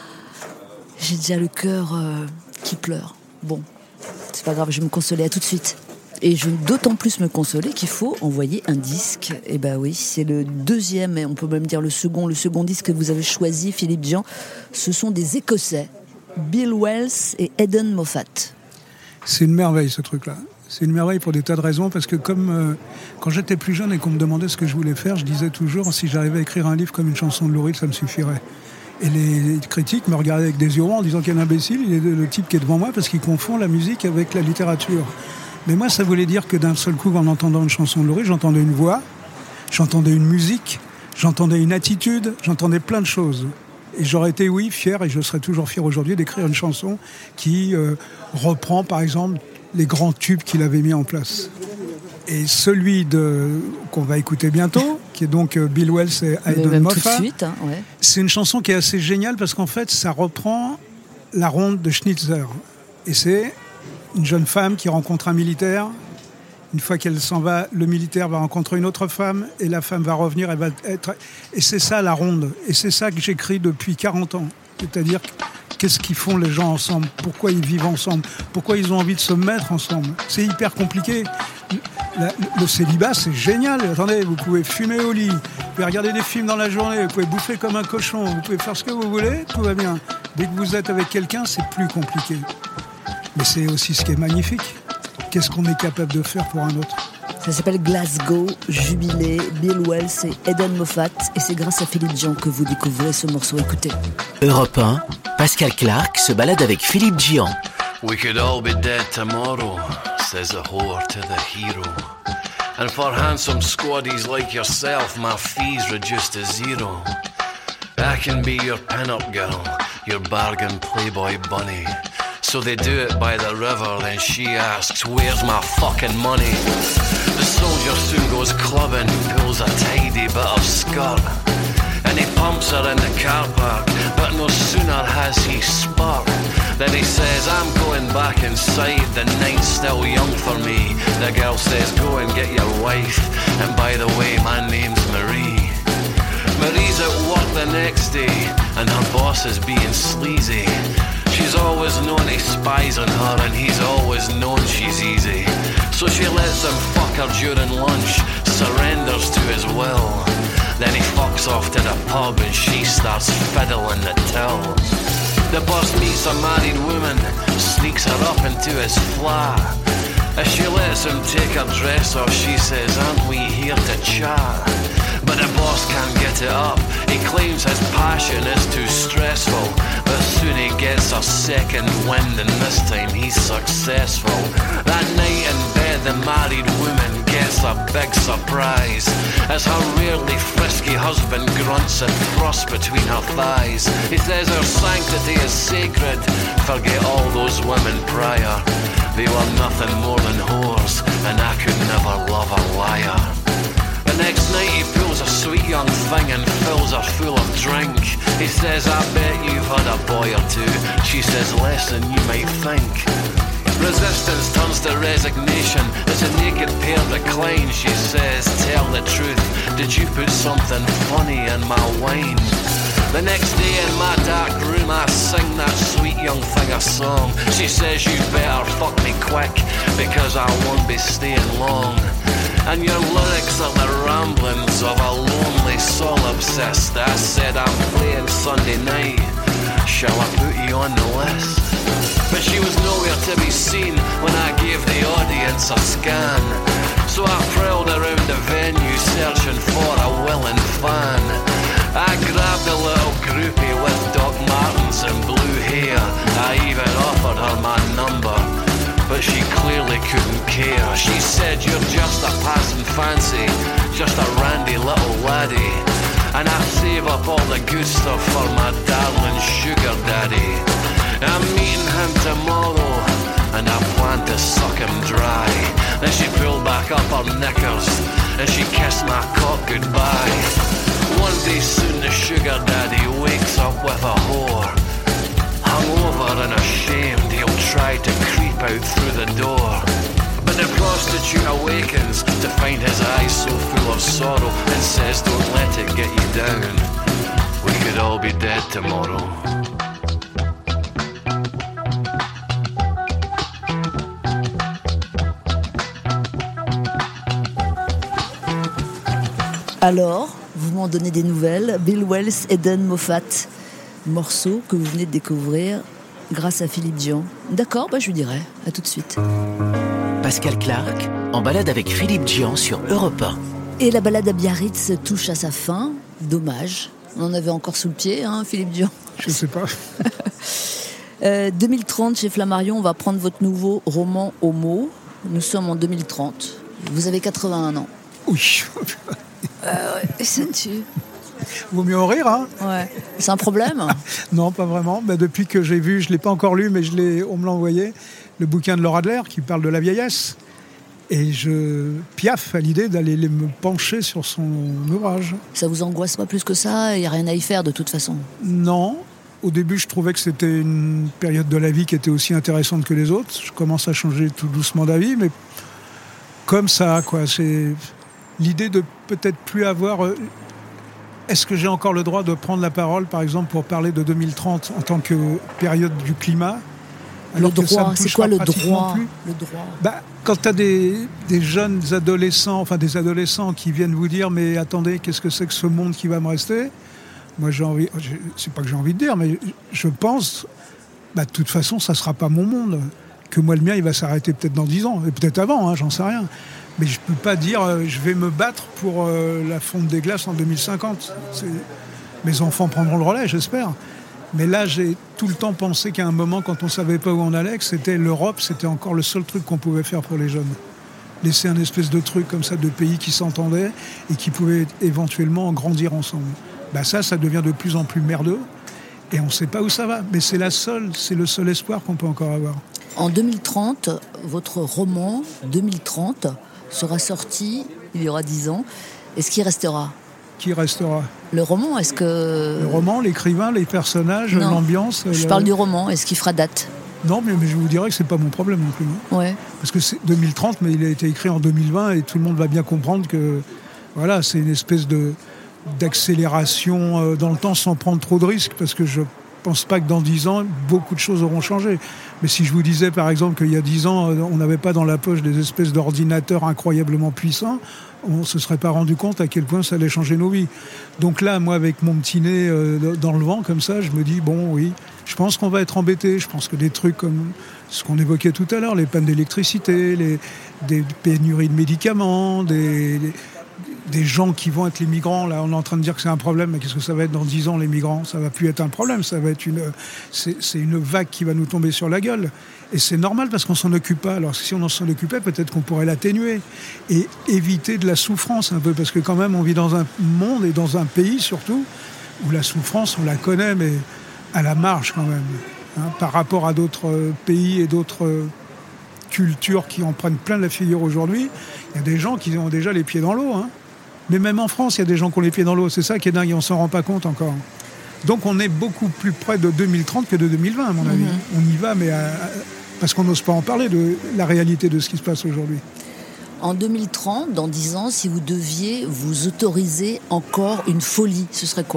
J'ai déjà le cœur euh, qui pleure. Bon. C'est pas grave, je vais me consoler, à tout de suite. Et je vais d'autant plus me consoler qu'il faut envoyer un disque. Et ben oui, c'est le deuxième, et on peut même dire le second, le second disque que vous avez choisi, Philippe Dian. Ce sont des Écossais, Bill Wells et Eden Moffat. C'est une merveille, ce truc-là. C'est une merveille pour des tas de raisons, parce que comme euh, quand j'étais plus jeune et qu'on me demandait ce que je voulais faire, je disais toujours, si j'arrivais à écrire un livre comme une chanson de Lou Reed, ça me suffirait. Et les critiques me regardaient avec des yeux ronds en disant quel imbécile, il est le type qui est devant moi, parce qu'il confond la musique avec la littérature. Mais moi, ça voulait dire que d'un seul coup, en entendant une chanson de Lou Reed, j'entendais une voix, j'entendais une musique, j'entendais une attitude, j'entendais plein de choses. Et j'aurais été, oui, fier, et je serais toujours fier aujourd'hui, d'écrire une chanson qui euh, reprend, par exemple, les grands tubes qu'il avait mis en place. Et celui de, qu'on va écouter bientôt, qui est donc euh, Bill Wells et Aidan Moffat, tout de suite, hein, ouais. C'est une chanson qui est assez géniale parce qu'en fait, ça reprend la ronde de Schnitzer. Et c'est une jeune femme qui rencontre un militaire. Une fois qu'elle s'en va, le militaire va rencontrer une autre femme et la femme va revenir, elle va être... Et c'est ça la ronde. Et c'est ça que j'écris depuis quarante ans. C'est-à-dire, qu'est-ce qu'ils font les gens ensemble ? Pourquoi ils vivent ensemble ? Pourquoi ils ont envie de se mettre ensemble ? C'est hyper compliqué. La, le célibat, c'est génial. Attendez, vous pouvez fumer au lit, vous pouvez regarder des films dans la journée, vous pouvez bouffer comme un cochon, vous pouvez faire ce que vous voulez, tout va bien. Dès que vous êtes avec quelqu'un, c'est plus compliqué. Mais c'est aussi ce qui est magnifique. Qu'est-ce qu'on est capable de faire pour un autre ? Ça s'appelle Glasgow, Jubilé, Bill Wells et Aidan Moffat. Et c'est grâce à Philippe Dion que vous découvrez ce morceau. Écoutez. Europe un, Pascal Clark se balade avec Philippe Dion. We could all be dead tomorrow, says a whore to the hero. And for handsome squaddies like yourself, my fee's reduced to zero. I can be your pin-up girl, your bargain playboy bunny. So they do it by the river, then she asks, where's my fucking money? The soldier soon goes clubbing, pulls a tidy bit of skirt, and he pumps her in the car park, but no sooner has he spurt than he says, I'm going back inside, the night's still young for me. The girl says, go and get your wife, and by the way, my name's Marie. Marie's at work the next day, and her boss is being sleazy. She's always known he spies on her, and he's always known she's easy. So she lets him fuck her during lunch, surrenders to his will. Then he fucks off to the pub and she starts fiddling the till. The boss meets a married woman, sneaks her up into his flat. As she lets him take her dress off, she says, aren't we here to chat? But the boss can't get it up. He claims his passion is too stressful, but soon he gets a second wind, and this time he's successful. That night in bed, the married woman gets a big surprise as her rarely frisky husband grunts and thrusts between her thighs. He says her sanctity is sacred, forget all those women prior. They were nothing more than whores, and I could never love a liar. The next night he pulls a sweet young thing and fills her full of drink. He says, I bet you've had a boy or two. She says, less than you might think. Resistance turns to resignation as a naked pair reclines. She says, tell the truth, did you put something funny in my wine? The next day in my dark room I sing that sweet young thing a song. She says, you better fuck me quick because I won't be staying long. And your lyrics are the ramblings of a lonely soul-obsessed. I said, I'm playing Sunday night, shall I put you on the list? But she was nowhere to be seen when I gave the audience a scan. So I prowled around the venue searching for a willing fan. I grabbed a little groupie with Doc Martens and blue hair. I even offered her my number, but she clearly couldn't care. She said, you're just a passing fancy, just a randy little laddie, and I save up all the good stuff for my darling sugar daddy. I'm meeting him tomorrow, and I plan to suck him dry. Then she pulled back up her knickers, and she kissed my cock goodbye. One day soon the sugar daddy wakes up with a whore. Hungover and ashamed, he'll try to creep out through the door. But the prostitute awakens to find his eyes so full of sorrow and says, don't let it get you down. We could all be dead tomorrow. Alors, vous m'en donnez des nouvelles. Bill Wells, Aidan Moffat, morceau que vous venez de découvrir grâce à Philippe Dian. D'accord, bah je lui dirai. À tout de suite. Pascal Clark, en balade avec Philippe Dian sur Europe un. Et la balade à Biarritz touche à sa fin. Dommage. On en avait encore sous le pied, hein, Philippe Dian. Je sais pas. euh, deux mille trente, chez Flammarion, on va prendre votre nouveau roman Homo. Nous sommes en deux mille trente. Vous avez quatre-vingt-un ans. Oui. euh, ouais, ça me tue. Vaut mieux en rire, hein. Ouais. C'est un problème? Non, pas vraiment. Bah, depuis que j'ai vu, je ne l'ai pas encore lu, mais je l'ai, on me l'a envoyé, le bouquin de Laura Adler qui parle de la vieillesse. Et je piaffe à l'idée d'aller me pencher sur son ouvrage. Ça vous angoisse pas plus que ça? Il n'y a rien à y faire de toute façon? Non. Au début, je trouvais que c'était une période de la vie qui était aussi intéressante que les autres. Je commence à changer tout doucement d'avis, mais comme ça, quoi. C'est l'idée de peut-être plus avoir... Est-ce que j'ai encore le droit de prendre la parole, par exemple, pour parler de deux mille trente en tant que période du climat? Le droit, c'est quoi le droit? Le droit. Bah, quand tu as des, des jeunes adolescents, enfin des adolescents qui viennent vous dire « mais attendez, qu'est-ce que c'est que ce monde qui va me rester ?» Moi, j'ai envie, c'est pas que j'ai envie de dire, mais je pense, bah, de toute façon, ça sera pas mon monde. Que moi, le mien, il va s'arrêter peut-être dans dix ans, et peut-être avant, hein, j'en sais rien. Mais je peux pas dire euh, je vais me battre pour euh, la fonte des glaces en deux mille cinquante. C'est... Mes enfants prendront le relais, j'espère. Mais là, j'ai tout le temps pensé qu'à un moment, quand on ne savait pas où on allait, que c'était l'Europe, c'était encore le seul truc qu'on pouvait faire pour les jeunes. Laisser un espèce de truc comme ça, de pays qui s'entendaient et qui pouvaient éventuellement grandir ensemble. Bah ça, ça devient de plus en plus merdeux et on ne sait pas où ça va. Mais c'est la seule, c'est le seul espoir qu'on peut encore avoir. En deux mille trente, votre roman deux mille trente sera sorti, il y aura dix ans. Est-ce qu'il restera ? Qui restera ? Le roman, est-ce que... Le roman, l'écrivain, les personnages, non. l'ambiance... Je la... parle du roman, est-ce qu'il fera date ? Non, mais, mais je vous dirais que c'est pas mon problème non plus. Ouais. Parce que c'est deux mille trente, mais il a été écrit en deux mille vingt et tout le monde va bien comprendre que voilà, c'est une espèce de, d'accélération dans le temps sans prendre trop de risques, parce que je pense pas que dans dix ans, beaucoup de choses auront changé. Mais si je vous disais, par exemple, qu'il y a dix ans, on n'avait pas dans la poche des espèces d'ordinateurs incroyablement puissants, on ne se serait pas rendu compte à quel point ça allait changer nos vies. Donc là, moi, avec mon petit nez euh, dans le vent, comme ça, je me dis, bon, oui, je pense qu'on va être embêté. Je pense que des trucs comme ce qu'on évoquait tout à l'heure, les pannes d'électricité, les, des pénuries de médicaments, des... des des gens qui vont être les migrants, là on est en train de dire que c'est un problème, mais qu'est-ce que ça va être dans dix ans les migrants ? Ça va plus être un problème, ça va être une, c'est, c'est une vague qui va nous tomber sur la gueule. Et c'est normal parce qu'on s'en occupe pas. Alors si on s'en occupait, peut-être qu'on pourrait l'atténuer et éviter de la souffrance un peu, parce que quand même on vit dans un monde et dans un pays surtout où la souffrance on la connaît, mais à la marge quand même, hein, par rapport à d'autres pays et d'autres cultures qui en prennent plein la figure aujourd'hui. Il y a des gens qui ont déjà les pieds dans l'eau, hein. Mais même en France, il y a des gens qui ont les pieds dans l'eau. C'est ça qui est dingue et on ne s'en rend pas compte encore. Donc on est beaucoup plus près de deux mille trente que de deux mille vingt, à mon avis. Mm-hmm. On y va, mais à, à, parce qu'on n'ose pas en parler de la réalité de ce qui se passe aujourd'hui. En deux mille trente, dans dix ans, si vous deviez vous autoriser encore une folie, ce serait quoi ?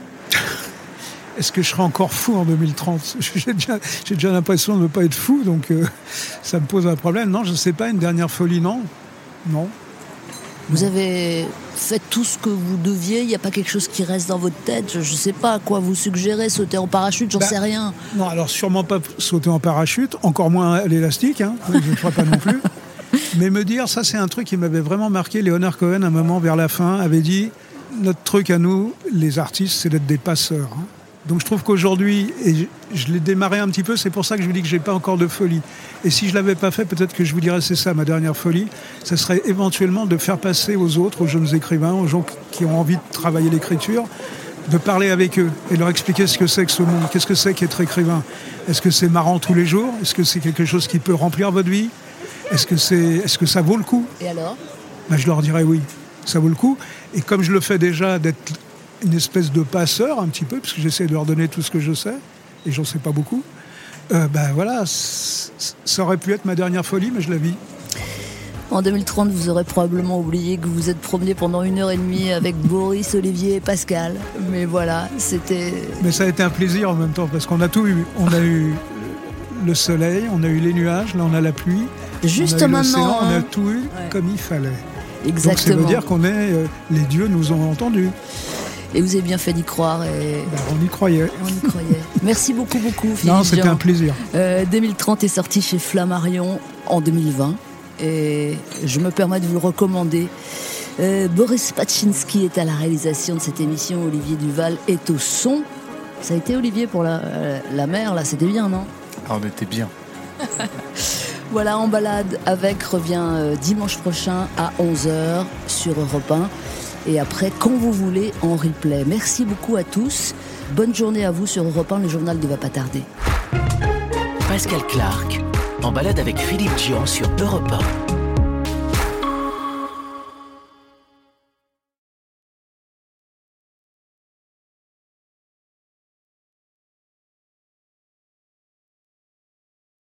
Est-ce que je serai encore fou en deux mille trente ? J'ai déjà, j'ai déjà l'impression de ne pas être fou, donc euh, ça me pose un problème. Non, je ne sais pas, une dernière folie, non. Non. Vous avez fait tout ce que vous deviez, il n'y a pas quelque chose qui reste dans votre tête, je ne sais pas à quoi vous suggérez, sauter en parachute, j'en bah, sais rien. Non, alors sûrement pas sauter en parachute, encore moins à l'élastique, hein, je ne le ferai pas non plus. Mais me dire, ça c'est un truc qui m'avait vraiment marqué, Leonard Cohen, à un moment vers la fin, avait dit, notre truc à nous, les artistes, c'est d'être des passeurs. Hein. Donc je trouve qu'aujourd'hui, et je, je l'ai démarré un petit peu, c'est pour ça que je vous dis que je n'ai pas encore de folie. Et si je ne l'avais pas fait, peut-être que je vous dirais c'est ça ma dernière folie, ça serait éventuellement de faire passer aux autres, aux jeunes écrivains, aux gens qui ont envie de travailler l'écriture, de parler avec eux et leur expliquer ce que c'est que ce monde, qu'est-ce que c'est qu'être écrivain. Est-ce que c'est marrant tous les jours ? Est-ce que c'est quelque chose qui peut remplir votre vie ? Est-ce que, c'est, est-ce que ça vaut le coup ? Et alors ? Ben, je leur dirais oui, ça vaut le coup. Et comme je le fais déjà d'être une espèce de passeur un petit peu, parce que j'essaie de leur donner tout ce que je sais, et j'en sais pas beaucoup, euh, ben voilà, ça aurait pu être ma dernière folie, mais je la vis. En deux mille trente, vous aurez probablement oublié que vous vous êtes promené pendant une heure et demie avec Boris, Olivier et Pascal. Mais voilà, c'était... Mais ça a été un plaisir en même temps, parce qu'on a tout eu. On a eu le soleil, on a eu les nuages, là on a la pluie. Juste on a eu maintenant. Hein. On a hein. tout eu ouais. comme il fallait. Exactement. Donc ça veut dire qu'on est... Euh, les dieux nous ont entendus. Et vous avez bien fait d'y croire. Et... Ben, on y croyait. On y croyait. Merci beaucoup, beaucoup, Philippe Non, c'était Dian. un plaisir. Euh, deux mille trente est sorti chez Flammarion en deux mille vingt. Et je me permets de vous le recommander. Euh, Boris Pachinski est à la réalisation de cette émission. Olivier Duval est au son. Ça a été Olivier pour la, euh, la mer, là, c'était bien, non ? Ah, on était bien. Voilà, En balade avec revient euh, dimanche prochain à onze heures sur Europe un. Et après, quand vous voulez, en replay. Merci beaucoup à tous. Bonne journée à vous sur Europe un. Le journal ne va pas tarder. Pascal Clark, en balade avec Philippe Dian sur Europe un.